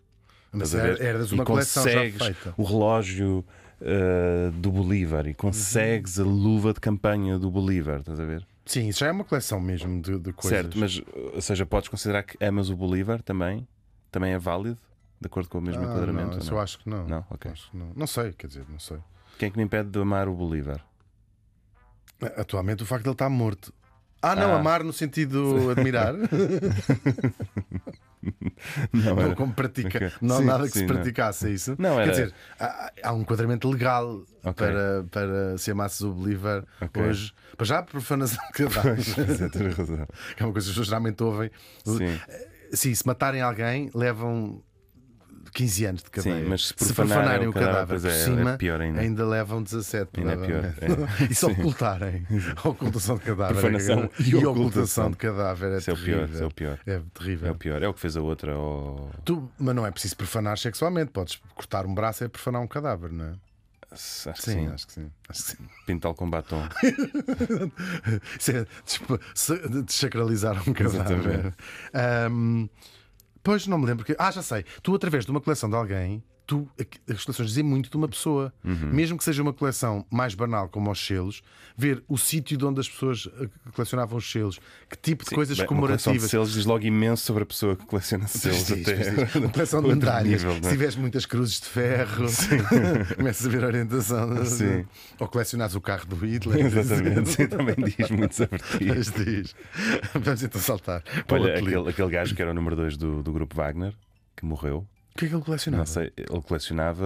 Mas Estás a ver? era- eras uma e coleção já consegues feita. o relógio uh, do Bolívar e consegues a luva de campanha do Bolívar, estás a ver? Sim, isso já é uma coleção mesmo de, de coisas. Certo, mas ou seja, podes considerar que amas o Bolívar também? Também é válido? De acordo com o mesmo Ah, enquadramento? não, ou isso não? eu acho que não. Não? Ok. Acho que não. Não sei, quer dizer, não sei. Quem é que me impede de amar o Bolívar? Atualmente o facto de ele estar morto. Ah, não, Ah. amar no sentido admirar. Não, Não era- como pratica. Ok. Não há Sim, nada que sim, se não. praticasse, é isso? Não, Quer era- dizer, há, há um enquadramento legal Ok. para, para se amasses o Bolívar Ok. hoje. Para já a profanação de cadáveres. Pois, é, tens razão. Que é uma coisa que as pessoas geralmente ouvem. Sim. Sim, se matarem alguém, levam quinze anos de cadeia. Sim, mas se se profanarem profanarem o o cadáver cadáver, por é- é cima, pior ainda. levam dezassete. Ainda é pior, provavelmente. é. E se ocultarem. A ocultação de cadáver. Profanação é- e e a ocultação. ocultação de cadáver é Isso é o pior, terrível. isso é o pior. É É terrível. o pior, é o que fez a outra. Ao... Tu, mas não é preciso profanar sexualmente. Podes cortar um braço é profanar um cadáver, não é? Acho que Sim, sim, acho que sim. Acho que sim. pintá-lo com batom. Isso é tipo, se- desacralizar um cadáver. Ahm, pois não me lembro que. Ah, já sei. Tu, através de uma coleção de alguém, tu, as coleções dizem muito de uma pessoa. Uhum. Mesmo que seja uma coleção mais banal, como os selos, ver o sítio de onde as pessoas eh, colecionavam os selos, que tipo de coisas Bem, uma coleção de comemorativas. selos diz logo imenso sobre a pessoa que coleciona selos. Diz, até diz, diz. Uma coleção de outro medalhas. nível, não é? Se tiveres muitas cruzes de ferro, começas a ver a orientação. Sim. Ou colecionares o carro do Hitler. Exatamente, sim, também diz muito sobre ti. Mas diz. Vamos então saltar. para o Olha, outro livro. aquele, aquele gajo que era o número dois do, do grupo Wagner, que morreu, O que é que ele colecionava? não sei, ele colecionava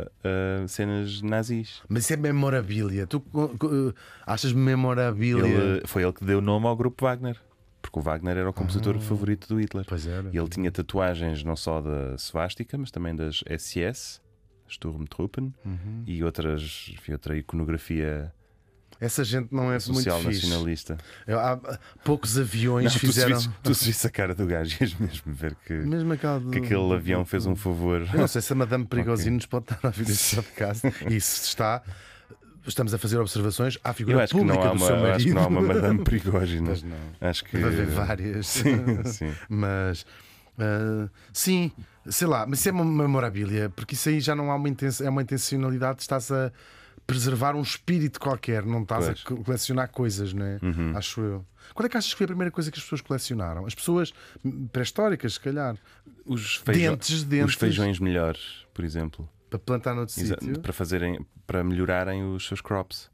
ah, cenas nazis. Mas isso é memorabilia. Tu co- co- achas memorabilia? Ele, foi ele que deu nome ao grupo Wagner, porque o Wagner era o compositor favorito do Hitler. Pois era. E ele tinha tatuagens não só da swastika, mas também das S S, Sturmtruppen, Uhum. e outras, enfim, outra iconografia Essa gente não é social muito fixe. nacionalista. Eu- Há poucos aviões Não, tu, se fizeram. visse, tu se visse a cara do gajo, ias mesmo ver que, Mesmo aquela do- que aquele avião fez um favor. Eu não sei se a Madame Perigosino nos pode estar a ouvir este podcast. E se está, estamos a fazer observações à Eu figura acho que não pública há do uma, seu eu marido. acho que não há uma Madame Prigogine. Mas não. Acho que Deve haver várias. Sim, sim. Mas ah, sim, sei lá, mas isso é uma memorabilia, porque isso aí já não há uma intenção, é uma intencionalidade, estás a preservar um espírito qualquer, não estás Pois. a co- colecionar coisas, não é? Uhum. Acho eu. Quando é que achas que foi a primeira coisa que as pessoas colecionaram? As pessoas hum, pré-históricas, se calhar, Os, feijão- Dentes, dentes. os feijões melhores, por exemplo, para plantar noutro Exa- sítio. para fazerem, para melhorarem os seus crops,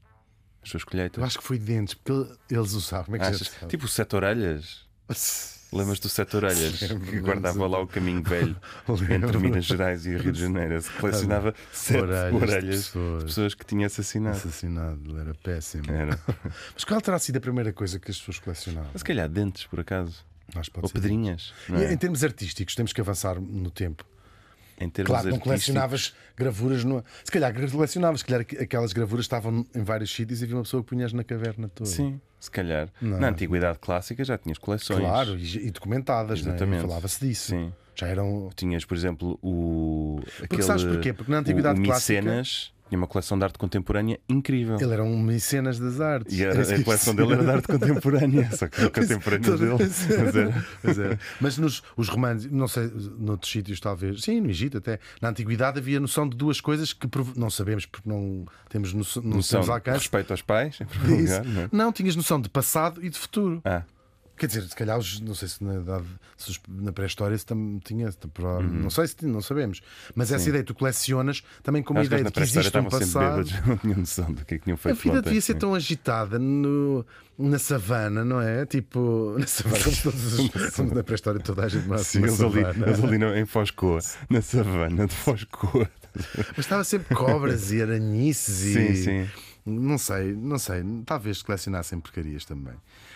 as suas colheitas. Eu acho que foi dentes, porque eles usavam. Como é que Achas? já se sabe? Tipo o sete orelhas. Lembras do sete orelhas? Lembro, Que guardava lembro. lá o caminho velho entre Minas Gerais e o Rio de Janeiro. Se colecionava sete Orelhas de orelhas, pessoas. de pessoas que tinha assassinado. Assassinado, ele era péssimo. Era. Mas qual terá sido a primeira coisa que as pessoas colecionaram? Mas se calhar dentes, por acaso. Acho que pode Ou ser. pedrinhas. Não E é? em termos artísticos, temos que avançar no tempo. Em termos Claro, não artísticos, colecionavas gravuras. No... Se calhar colecionavas, se calhar aqu- aquelas gravuras estavam em vários sítios e havia uma pessoa que punhas na caverna toda. sim, se calhar. Não. Na antiguidade clássica já tinhas coleções. Claro, e, e documentadas, não é? Exatamente. Falava-se disso. Sim. Já eram. Tinhas, por exemplo, o. Porque sabes porquê? Porque na antiguidade o, o clássica- Micenas tinha uma coleção de arte contemporânea incrível. Ele era um mecenas das artes. E era, Era isso que a eu coleção ia dele era de dizer. arte contemporânea, só que era contemporânea Todo- dele. Pois era. Mas era- Pois era. Mas nos os romanos, não sei, noutros sítios talvez, sim, no Egito até, na antiguidade havia noção de duas coisas que prov- não sabemos porque não temos noção, não Noção temos de alcance. respeito aos pais, em primeiro Isso. lugar, não é? Não, tinhas noção de passado e de futuro. Ah, Quer dizer, se calhar, os- não sei se na, idade, se os- na pré-história se tam, tinha, se provavelmente- não sei se tinha, não sabemos. Mas essa Uhum. Sim. ideia, tu colecionas também com uma acho que ideia na de que pré-história existe um estavam sempre passado. bêbados, não tinham noção do que é que tinham A feito vida ontem. devia ser Sim. tão agitada no, na savana, não é? Tipo, na savana, como todos os, como na pré-história toda a gente morava Sim, na eles ali, savana. eles ali no- em Foscoa, na savana de Foscoa. Mas estava sempre cobras e aranhices e. Sim, sim. Não sei, não sei. Talvez colecionassem porcarias também.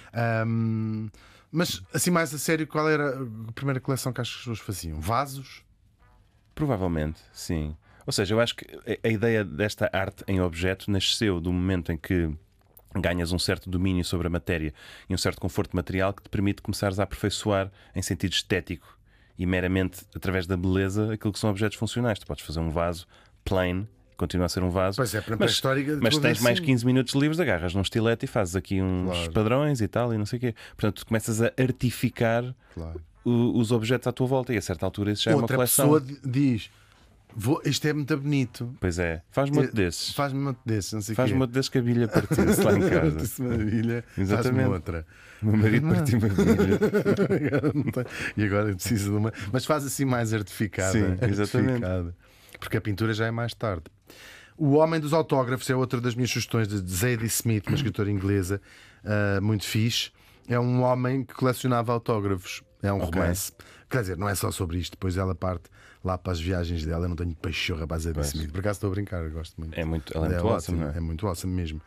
Ahm, mas assim, mais a sério, qual era a primeira coleção que as pessoas faziam? Vasos? Provavelmente, sim. Ou seja, eu acho que a- a ideia desta arte em objeto nasceu do momento em que ganhas um certo domínio sobre a matéria e um certo conforto material que te permite começares a aperfeiçoar em sentido estético e meramente através da beleza aquilo que são objetos funcionais. Tu podes fazer um vaso plain, continua a ser um vaso. Pois é, para a mas, pré-história. mas tudo tens mais assim. quinze minutos livres, agarras num estilete e fazes aqui uns Claro. padrões e tal, e não sei o quê. Portanto, tu começas a artificar Claro. o, os objetos à tua volta, e a certa altura isso já Outra é uma coleção. pessoa di- diz: Vou, isto é muito bonito. Pois é, faz-me outro desses. Faz-me um monte desses, não sei o Faz-me quê. outro desses que a bilha partiu-se lá em casa. Disse maravilha, faz-me Exatamente. outra. O meu marido partiu uma bilha. Agora não tem- E agora preciso de uma. Mas faz assim mais artificada. Sim, exatamente. artificada. Porque a pintura já é mais tarde. O Homem dos Autógrafos é outra das minhas sugestões de Zadie Smith, uma escritora inglesa uh, muito fixe. É um homem que colecionava autógrafos. É um Ok. romance. Quer dizer, não é só sobre isto. Depois ela parte lá para as viagens dela. Eu não tenho pachorra para a Zadie Pois. Smith. Por acaso estou a brincar, eu gosto muito. É muito, ela é muito ótimo, awesome, não é? é muito awesome mesmo.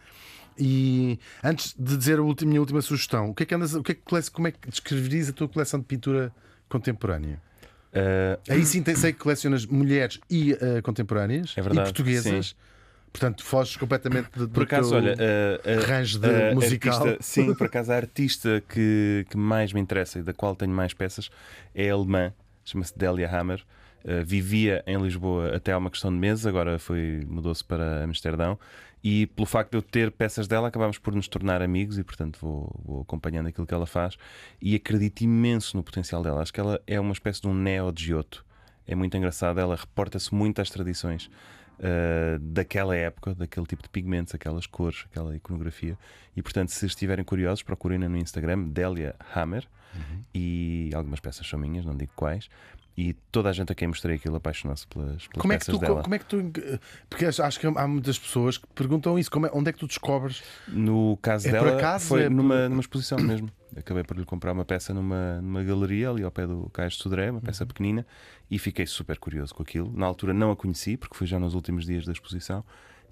E antes de dizer a última- minha última sugestão, o que é que andas, o que é que colece- como é que descreverias a tua coleção de pintura contemporânea? Ah, Aí sim tem- sei que colecionas mulheres e ah, contemporâneas É verdade, e portuguesas. Portanto, foges completamente do, do por acaso, teu olha, a, a, range de a musical. artista- sim, por acaso a artista que, que mais me interessa e da qual tenho mais peças é alemã, chama-se Delia Hammer. Uh, vivia em Lisboa até há uma questão de meses, agora foi, mudou-se para Amsterdão. E pelo facto de eu ter peças dela, acabámos por nos tornar amigos e, portanto, vou, vou acompanhando aquilo que ela faz. E acredito imenso no potencial dela. Acho que ela é uma espécie de um neo de Giotto. É muito engraçada, ela reporta-se muito às tradições uh, daquela época, daquele tipo de pigmentos, aquelas cores, aquela iconografia. E, portanto, se estiverem curiosos, procurem-na no Instagram, Delia Hammer. Uhum. E algumas peças são minhas, não digo quais. E toda a gente a quem mostrei aquilo apaixonou-se pelas, pelas Como é, que peças tu, dela. como é que tu. Porque acho acho que há muitas pessoas que perguntam isso. Como é- onde é que tu descobres? No caso É por dela, acaso? foi É por- numa, numa exposição mesmo. Acabei por lhe comprar uma peça numa, numa galeria ali ao pé do Cais de Sodré, uma Uhum. peça pequenina, e fiquei super curioso com aquilo. Na altura não a conheci, porque foi já nos últimos dias da exposição,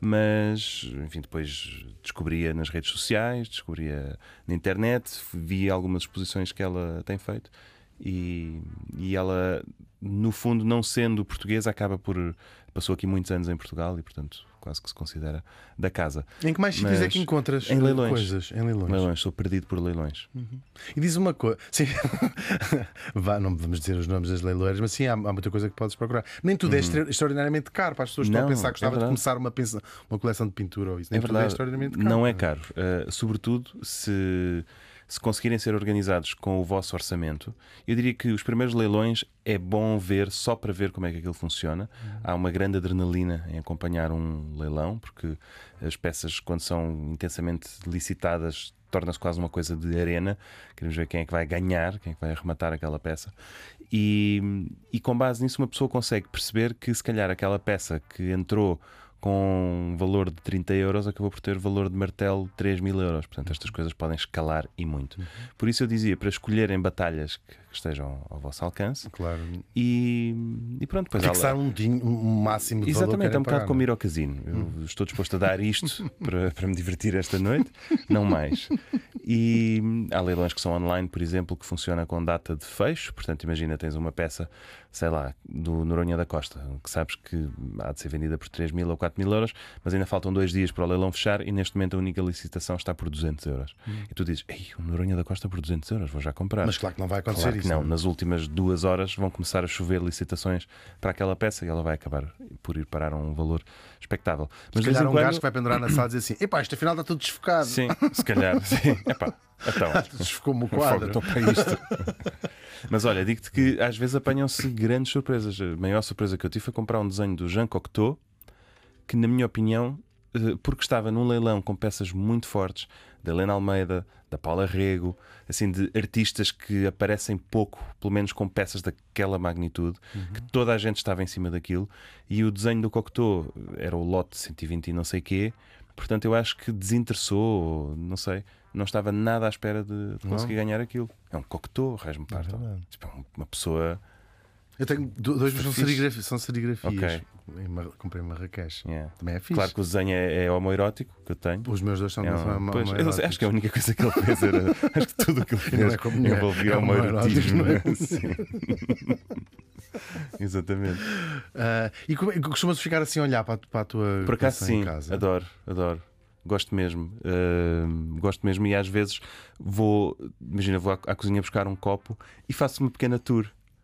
mas enfim, depois descobria nas redes sociais, descobria na internet, vi algumas exposições que ela tem feito. E, e ela, no fundo, não sendo portuguesa, acaba por. Passou aqui muitos anos em Portugal e, portanto, quase que se considera da casa. Em que mais sítios é Mas que encontras em eh, leilões. coisas? Em leilões. Leilões, sou perdido por leilões. E diz uma coisa. Sim. Vá, não vamos dizer os nomes das leiloeiras, mas sim, há, há muita coisa que podes procurar. Nem tudo é extra- extraordinariamente caro para as pessoas que estão a Uhum. Não, pensar que é gostava de verdade. começar uma, pensa- uma coleção de pintura ou isso. Nem É tudo é verdade, extraordinariamente caro. não é caro. Uh, sobretudo se, se conseguirem ser organizados com o vosso orçamento. Eu diria que os primeiros leilões é bom ver só para ver como é que aquilo funciona. Há uma grande adrenalina em acompanhar um leilão, porque as peças, quando são intensamente licitadas, torna-se quase uma coisa de arena. Queremos ver quem é que vai ganhar, quem é que vai arrematar aquela peça. E, e com base nisso, uma pessoa consegue perceber que, se calhar, aquela peça que entrou com um valor de trinta euros acabou por ter valor de martelo de três mil euros. Portanto, estas coisas podem escalar e muito. Por isso eu dizia, para escolherem batalhas que estejam ao vosso alcance. Claro. E, e pronto, depois há lá- Fixar um, din- um máximo de valor. que Exatamente, é querem um bocado pagar, como não é? ir ao casino. Eu estou disposto a dar isto para, para me divertir esta noite, não mais. E há leilões que são online, por exemplo, que funciona com data de fecho. Portanto, imagina, tens uma peça, sei lá, do Noronha da Costa, que sabes que há de ser vendida por três mil ou quatro mil euros, mas ainda faltam dois dias para o leilão fechar e neste momento a única licitação está por duzentos euros. E tu dizes, ei, o Noronha da Costa por duzentos euros, vou já comprar. Mas claro que não vai acontecer Claro que isso. não. não é? Nas últimas duas horas vão começar a chover licitações para aquela peça e ela vai acabar por ir parar a um valor expectável. Se Mas de vez calhar em um quando... gajo que vai pendurar na sala e dizer assim: epá, isto afinal está tudo desfocado. Sim, se calhar. Sim. Epá, então, Desfocou-me o fogo, quadro. estou para isto. Mas olha, digo-te que às vezes apanham-se grandes surpresas. A maior surpresa que eu tive foi comprar um desenho do Jean Cocteau, que, na minha opinião, eh, porque estava num leilão com peças muito fortes da Helena Almeida, da Paula Rego, assim, de artistas que aparecem pouco, pelo menos com peças daquela magnitude, que toda a gente estava em cima daquilo, e o desenho do Cocteau era o lote cento e vinte e não sei quê. Portanto, eu acho que desinteressou, não sei, não estava nada à espera de, de conseguir ganhar aquilo. É um Cocteau, Raiz-me parto. verdade. Tipo, é uma pessoa. Eu tenho do- dois, mas são Fixe. serigrafias. São serigrafias. Ok. Em Mar- Comprei em Marrakech. Yeah. Também é fixe. Claro que o desenho é, é homoerótico, que eu tenho. Os meus dois são É da um- forma pois, eu não sei, homoeróticos. acho que a única coisa que ele fez era. Acho que tudo o que ele E não fez é como mulher, envolvia é homoerotismo. homoerotismo, Sim. Exatamente. Ah, e como, é- costumas ficar assim a olhar para a, para a tua Por acaso, coleção sim, em casa? adoro, adoro. Gosto mesmo. Uh, gosto mesmo e às vezes vou, imagina, vou à, à cozinha buscar um copo e faço uma pequena tour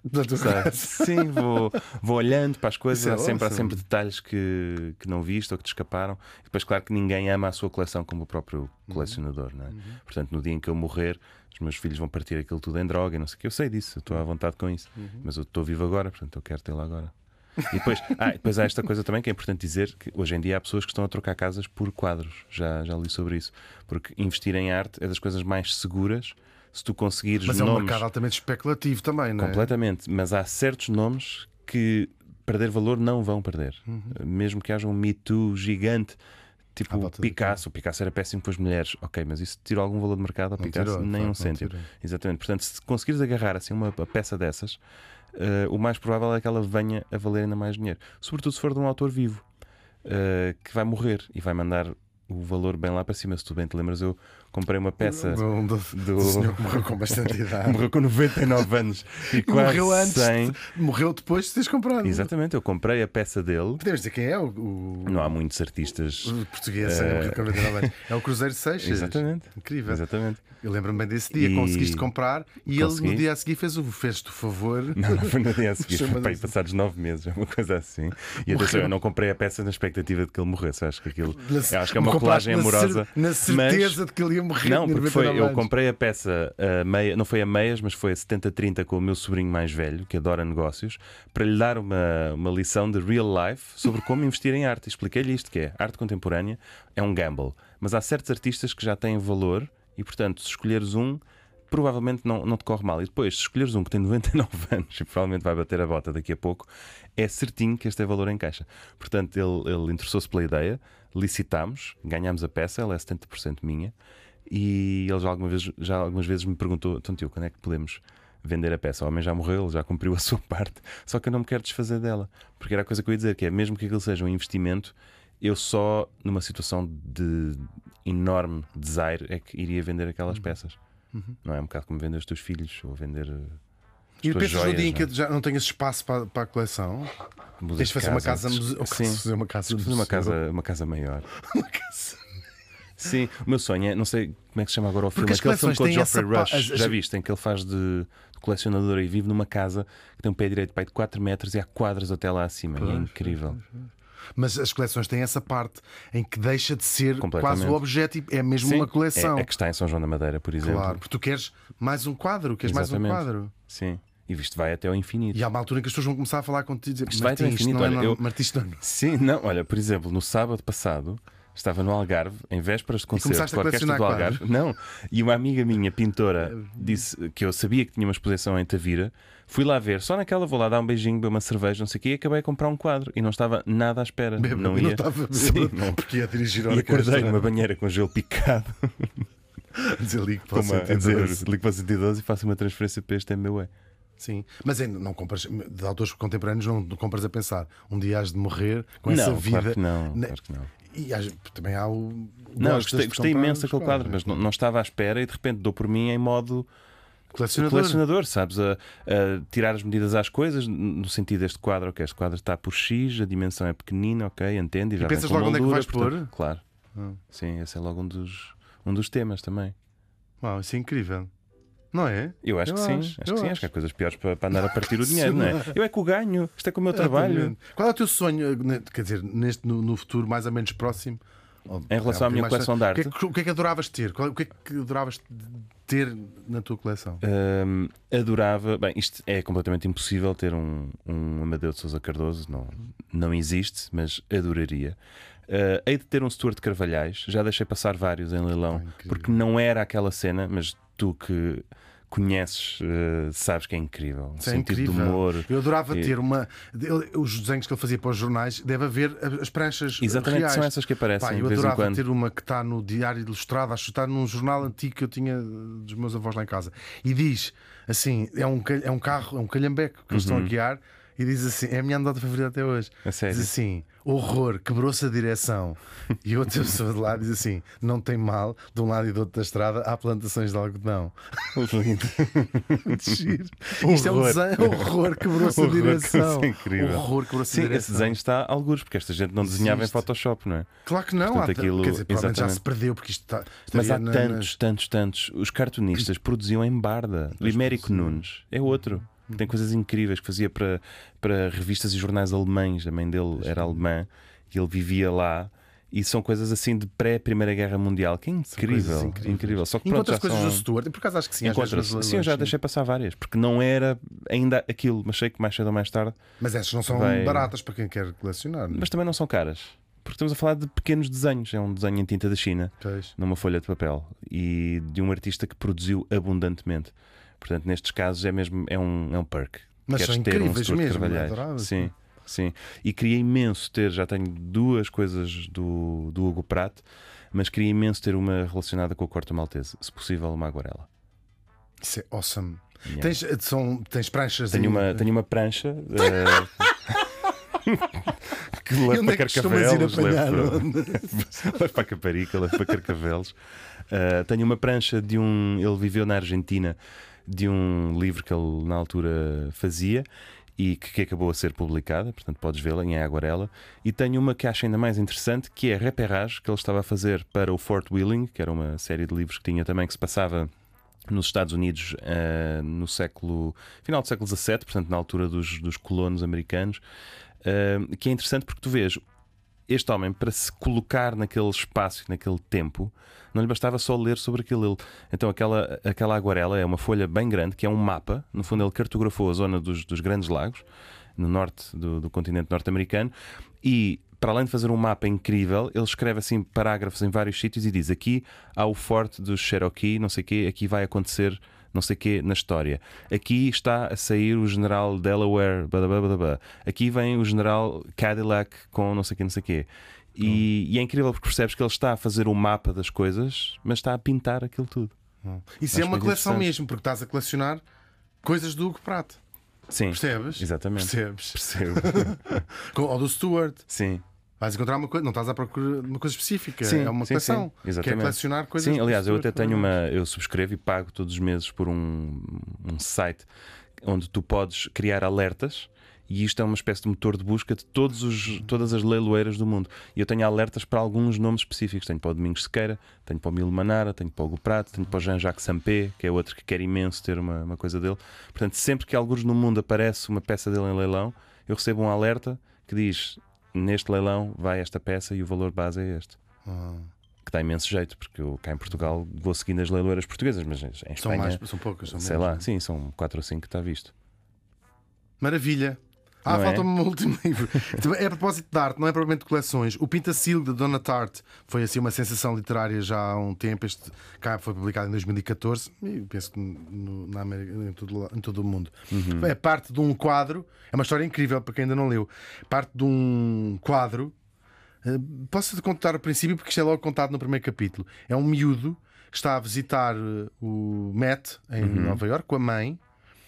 da tua Sabe? casa. Sim, vou, vou olhando para as coisas, Isso é há, sempre, há awesome. sempre detalhes que, que não viste ou que te escaparam. E depois, claro que ninguém ama a sua coleção como o próprio colecionador, não é? Portanto, no dia em que eu morrer, os meus filhos vão partir aquilo tudo em droga e não sei o que. Eu sei disso, eu estou à vontade com isso. Mas eu estou vivo agora, portanto, eu quero tê-lo agora. E depois, ah, e depois há esta coisa também que é importante dizer, que hoje em dia há pessoas que estão a trocar casas por quadros. Já, já li sobre isso. Porque investir em arte é das coisas mais seguras se tu conseguires Mas é um nomes. mercado altamente especulativo também, não é? Completamente, mas há certos nomes que perder valor não vão perder. Mesmo que haja um Me Too gigante, À tipo volta Picasso. O Picasso era péssimo com as mulheres, ok, mas isso tirou algum valor de mercado ao Não Picasso? tirou, de Nem um facto, não cêntimo. tirou. Exatamente, portanto, se conseguires agarrar assim uma peça dessas, eh, o mais provável é que ela venha a valer ainda mais dinheiro. Sobretudo se for de um autor vivo, eh, que vai morrer e vai mandar o valor bem lá para cima. Se tu bem te lembras, eu comprei uma peça Um do, do- do senhor que morreu com bastante idade. morreu com noventa e nove anos e E quase morreu antes, cem. de- morreu depois de teres comprado. Exatamente, eu comprei a peça dele. Podemos dizer quem é o, o, Não há muitos artistas. o português, é, morreu com noventa e nove anos. É o Cruzeiro Seixas. Exatamente. Incrível. Exatamente. Eu lembro-me bem desse dia. E- Conseguiste comprar e Consegui. ele no dia a seguir fez o fez-te o favor. Não, não foi no dia a seguir, Chama-se foi bem, assim. passados nove meses, é uma coisa assim. E atenção, eu não comprei a peça na expectativa de que ele morresse. Acho que aquilo. Eu acho que é uma Compraste colagem na amorosa. cer- Na certeza de que ele ia morrer. Não, tinha porque noventa e foi, nove eu anos. comprei a peça a meia, não foi a meias, mas foi a setenta trinta com o meu sobrinho mais velho, que adora negócios, para lhe dar uma, uma lição de real life sobre como investir em arte. Expliquei-lhe isto, que é arte contemporânea é um gamble, mas há certos artistas que já têm valor e, portanto, se escolheres um, provavelmente não, não te corre mal. E depois, se escolheres um que tem noventa e nove anos e provavelmente vai bater a bota daqui a pouco, é certinho que este é valor em caixa. Portanto, ele, ele interessou-se pela ideia, licitámos, ganhámos a peça, ela é setenta por cento minha. E ele já, alguma vez, já algumas vezes me perguntou: então, tio, quando é que podemos vender a peça? O homem já morreu, ele já cumpriu a sua parte, só que eu não me quero desfazer dela. Porque era a coisa que eu ia dizer, que é mesmo que aquilo seja um investimento, eu só numa situação de enorme desaire é que iria vender aquelas peças. Não é um bocado como vender os teus filhos ou vender. uh, as E tuas pensas no joias, dia em não é? que já não tenhas espaço para, para a coleção? Mudas Tens de fazer uma casa Tens- museu. Sim, Fazer uma casa tens de fazer uma museu. casa, uma casa maior. Uma casa. Sim, o meu sonho é, não sei como é que se chama agora o filme, Porque as aquele filme coleções com o têm Geoffrey essa pa- Rush, as- já as- viste, em que ele faz de, de colecionador e vive numa casa que tem um pé direito pai, de quatro metros e há quadros até lá acima. E é incrível. Mas as coleções têm essa parte em que deixa de ser Completamente. quase o objeto, e é mesmo Sim, uma coleção. É, é que está em São João da Madeira, por exemplo. Claro, porque tu queres mais um quadro, queres Exatamente. mais um quadro. Sim. E isto vai até ao infinito. E há uma altura em que as pessoas vão começar a falar contigo e dizer: Isto vai até ao Martim, isto infinito. não é Olha, normal. eu- Martim, isto não é- Sim, não, olha, por exemplo, no sábado passado estava no Algarve, em vésperas de concerto começaste com a a Orquestra do colecionar Algarve. Não, e uma amiga minha, pintora, disse que eu sabia que tinha uma exposição em Tavira. Fui lá ver, só naquela vou lá dar um beijinho, beber uma cerveja, não sei o quê, e acabei a comprar um quadro e não estava nada à espera. Bêbado, não não ia. estava Sim, bêbado, não. porque ia dirigir a E acordei orquestra. numa banheira com gelo picado, Dizer ligue para o com uma, a cento e dizer, doze. ligo para o cento e doze e faço uma transferência para este M B U. Sim, mas ainda não compras de autores contemporâneos, não compras a pensar um dia has de morrer com essa Não, vida. claro que não, Ne- claro que não. E às- também há o. Não, eu gostas gostei, de gostei comprar imenso os daquele quadro, mas quadros. não, não estava à espera e de repente dou por mim em modo Colecionador. colecionador, sabes? A, a tirar as medidas às coisas, no sentido deste quadro, ok, este quadro está por X, a dimensão é pequenina, ok, entende? E, já vem pensas com logo onde é que moldura, vais portanto, pôr? Claro. Ah. Sim, esse é logo um dos, um dos temas também. Uau, isso é incrível. Não é? Eu acho Eu que sim, acho, acho, eu que sim, acho. acho que há coisas piores para, para andar a partir o dinheiro, não é? Eu é que o ganho, isto é com o meu trabalho. Exatamente. Qual é o teu sonho, ne- quer dizer, neste, no, no futuro mais ou menos próximo? Ou- Em relação é, à minha mais- coleção de arte? O que, é que, o que é que adoravas ter? Qual- O que é que adoravas ter na tua coleção? Hum, adorava. Bem, isto é completamente impossível ter um, um Amadeu de Sousa Cardoso, não, não existe, mas adoraria. Uh, hei de ter um Stuart Carvalhais, já deixei passar vários em leilão, Ah, incrível. porque não era aquela cena, mas tu que conheces, uh, sabes que é incrível. O Isso é sentido incrível. de humor. Eu adorava E- ter uma. ele- Os desenhos que ele fazia para os jornais, deve haver as pranchas. Exatamente, reais. são essas que aparecem Pá, de eu vez em adorava quando. ter uma que está no Diário Ilustrado, acho que está num jornal antigo que eu tinha dos meus avós lá em casa. E diz assim: é um, cal- é um carro, é um calhambeco que eles estão a guiar. E diz assim: é a minha anedota favorita até hoje. A sério? Diz assim: horror, quebrou-se a direção. E outra pessoa de lá diz assim: não tem mal, de um lado e do outro da estrada há plantações de algodão. Lindo. De giro. Isto é um Horror. desenho, horror, quebrou-se a Horror, direção. isso é incrível. Horror, quebrou-se a Sim, direção. esse desenho está a algures, porque esta gente não desenhava em Existe. Photoshop, não é? Claro que não, Portanto, há, aquilo- quer dizer, provavelmente já se exatamente. perdeu porque isto está. Mas há estaria na- tantos, tantos, tantos. Os cartunistas produziam em Barda. O Imérico Nunes é outro. Tem coisas incríveis que fazia para, para revistas e jornais alemães. A mãe dele era alemã e ele vivia lá. E são coisas assim de pré-Primeira Guerra Mundial, que é incrível. incrível. Só que Encontras pronto, já coisas são... do Stuart, e por acaso acho que sim. Encontras. Vezes, Sim, eu já deixei passar várias, porque não era ainda aquilo, mas sei que mais cedo ou mais tarde. Mas essas não são vai... baratas para quem quer colecionar. Não? Mas também não são caras. Porque estamos a falar de pequenos desenhos. É um desenho em tinta da China, Pois. numa folha de papel, e de um artista que produziu abundantemente. Portanto, nestes casos é mesmo é um, é um perk. Mas Queres são ter um incríveis Stuart mesmo, Carvalhais. adoráveis. Sim, sim. E queria imenso ter, já tenho duas coisas do, do Hugo Pratt, mas queria imenso ter uma relacionada com a Corto Maltese, se possível uma aguarela. Isso é awesome. Yeah. Tens, são, tens pranchas Tenho e- uma, tenho uma prancha eh, que levo E onde para é que costumas ir Carcavelos, apanhar? levo para, levo para Caparica, levo para Carcavelos. Eh, tenho uma prancha de um. Ele viveu na Argentina, de um livro que ele na altura fazia e que, que acabou a ser publicada, portanto podes vê-la em aguarela. E tenho uma que acho ainda mais interessante, que é Reperrage, que ele estava a fazer para o Fort Willing, que era uma série de livros que tinha também, que se passava nos Estados Unidos uh, no século final do século dezassete, portanto na altura dos, dos colonos americanos, uh, que é interessante porque tu vês este homem, para se colocar naquele espaço, naquele tempo, não lhe bastava só ler sobre aquilo. Ele, então aquela, aquela aguarela é uma folha bem grande, que é um mapa. No fundo ele cartografou a zona dos, dos Grandes Lagos, no norte do, do continente norte-americano, e para além de fazer um mapa incrível, ele escreve assim parágrafos em vários sítios e diz: aqui há o forte dos Cherokee, não sei o quê, aqui vai acontecer não sei o quê na história. Aqui está a sair o general Delaware, blá, blá, blá, blá. Aqui vem o general Cadillac com não sei o quê, não sei o quê. E, hum. e é incrível porque percebes que ele está a fazer um mapa das coisas, mas está a pintar aquilo tudo. Hum. Isso Acho é uma muito coleção mesmo, porque estás a colecionar coisas do Hugo Pratt. Sim, Percebes? exatamente. Percebes? Percebo. Com- Ou do Stuart. Sim. Vais encontrar uma coisa, não estás à procura de uma coisa específica. Sim, é uma sim, coleção. sim, Que é exatamente. colecionar coisas. Sim, do aliás, eu Stuart até tenho Carvalhais. uma. Eu subscrevo e pago todos os meses por um, um site onde tu podes criar alertas. E isto é uma espécie de motor de busca de todos os, todas as leiloeiras do mundo. E eu tenho alertas para alguns nomes específicos. Tenho para o Domingos Sequeira, tenho para o Milo Manara, tenho para o Hugo Pratt, tenho para o Jean-Jacques Sampé, que é outro que quer imenso ter uma, uma coisa dele. Portanto, sempre que alguns no mundo aparece uma peça dele em leilão, eu recebo um alerta que diz: neste leilão vai esta peça e o valor base é este. Ah. Que dá imenso jeito, porque eu cá em Portugal vou seguindo as leiloeiras portuguesas, mas em Espanha, São, mais, são poucas. São sei menos, lá, né? sim, são quatro ou cinco que está visto. Maravilha. Ah, Não é? falta-me um último livro. É a propósito de arte, não é propriamente de coleções. O Pintacilgo de Donna Tartt foi assim uma sensação literária já há um tempo. Este cá foi publicado em dois mil e catorze e penso que no, na América, em, todo, em todo o mundo. Uhum. É parte de um quadro, é uma história incrível para quem ainda não leu. Parte de um quadro. eh, Posso-te contar o princípio porque isto é logo contado no primeiro capítulo. É um miúdo que está a visitar eh, o Met em Uhum. Nova Iorque com a mãe.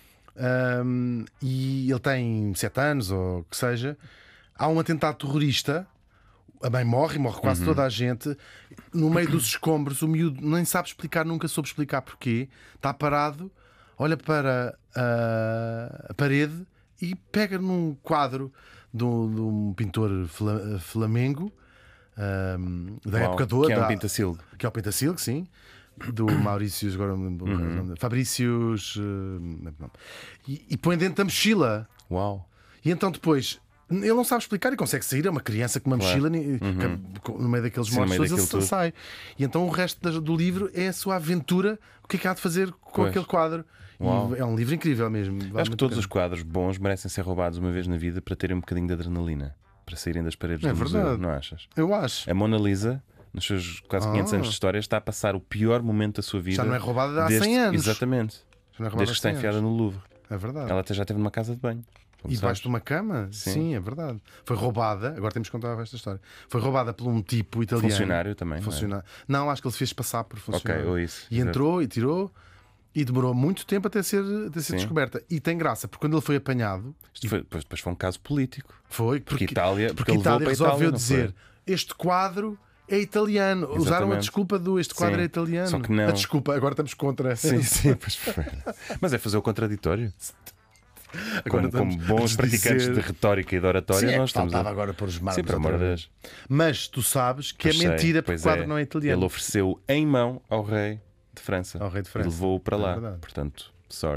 Um, e ele tem sete anos ou o que seja. Há um atentado terrorista. A mãe morre, morre quase Uhum. toda a gente. No meio dos escombros, o miúdo nem sabe explicar, nunca soube explicar porquê. Está parado, olha para a, a parede e pega num quadro de um, de um pintor fla- flamengo, um, da Uau, época toda, que é um da- pintacilgo. que é o Pintacilgo, sim. Do Maurício, agora não me lembro o Uhum. nome dele. Fabrícios. eh, não lembro o nome. E, e põe dentro da mochila. Uau! E então depois. Ele não sabe explicar e consegue sair. É uma criança com uma Claro. mochila ni- que- no meio daqueles Sim, no mortos meio todos, ele daquilo tudo. sai. E então o resto da- do livro é a sua aventura. O que é que há de fazer com Pois. aquele quadro? E Uau. é um livro incrível mesmo. Vale Acho que muito a todos pena. os quadros bons merecem ser roubados uma vez na vida para terem um bocadinho de adrenalina, para saírem das paredes É do museu, verdade. não achas? Eu acho. A Mona Lisa, nos seus quase quinhentos Ah. anos de história, está a passar o pior momento da sua vida. Já não é roubada há desde- cem anos. Exatamente. Já não é roubada Desde há que está cem enfiada anos. no Louvre. É verdade. Ela até já esteve numa casa de banho. como E sabes. debaixo de uma cama? Sim. Sim. é verdade. Foi roubada, agora temos que contar esta história. Foi roubada por um tipo italiano. Funcionário também. não é? Funcionário. Não, acho que ele se fez passar por Ok, funcionário. ou isso. E exato. entrou e tirou. E demorou muito tempo até ser, até ser Sim. descoberta. E tem graça, porque quando ele foi apanhado, Isto foi, depois, depois foi um caso político. foi Porque Itália, porque porque ele levou Itália para a resolveu Itália, não dizer: foi? este quadro é italiano. Usaram a Exatamente. desculpa do este quadro Sim. é italiano. Só que não. A desculpa, agora estamos contra. Sim, sim, pois foi. Mas é fazer o contraditório. Agora Como, como estamos bons a praticantes dizer- de retórica e de oratória, Sim, é nós que estamos faltava a... agora pôr os Sim, mármores por amor de outra Deus. vez. Mas tu sabes que Pois é sei, mentira porque pois o quadro é. não é italiano. Ele ofereceu em mão ao rei de França. Ao rei de E França. levou-o para É lá. verdade. Portanto, sorry.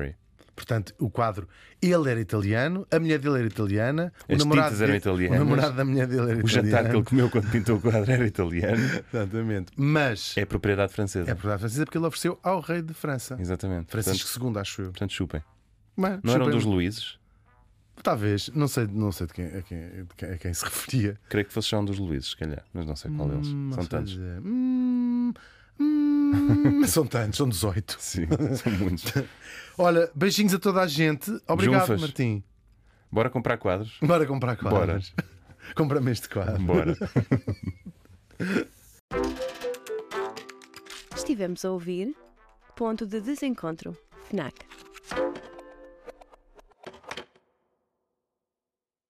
Portanto, o quadro, ele era italiano, a mulher dele era italiana, o As namorado, tintas eram dele- italianas. o namorado da mulher dele era O italiano. jantar que ele comeu quando pintou o quadro era italiano. Exatamente. Mas É propriedade francesa. é por francesa porque ele ofereceu ao rei de França. Exatamente. Francisco Portanto, segundo, acho eu. portanto, chupem. Mas, Não eram chupem- dos Luíses? Talvez, não sei, não sei de quem, a, quem, de quem- a quem se referia. Creio que fosse já um dos Luíses, se calhar. Mas não sei qual deles. Hum, não São sei tantos. dizer. Hum, hum, são tantos, são dezoito. Sim, são muitos. Olha, beijinhos a toda a gente. Obrigado, Junfas. Martim. Bora comprar quadros? Bora comprar quadros. Compra-me este quadro. Bora. Estivemos a ouvir Ponto de Desencontro, FNAC.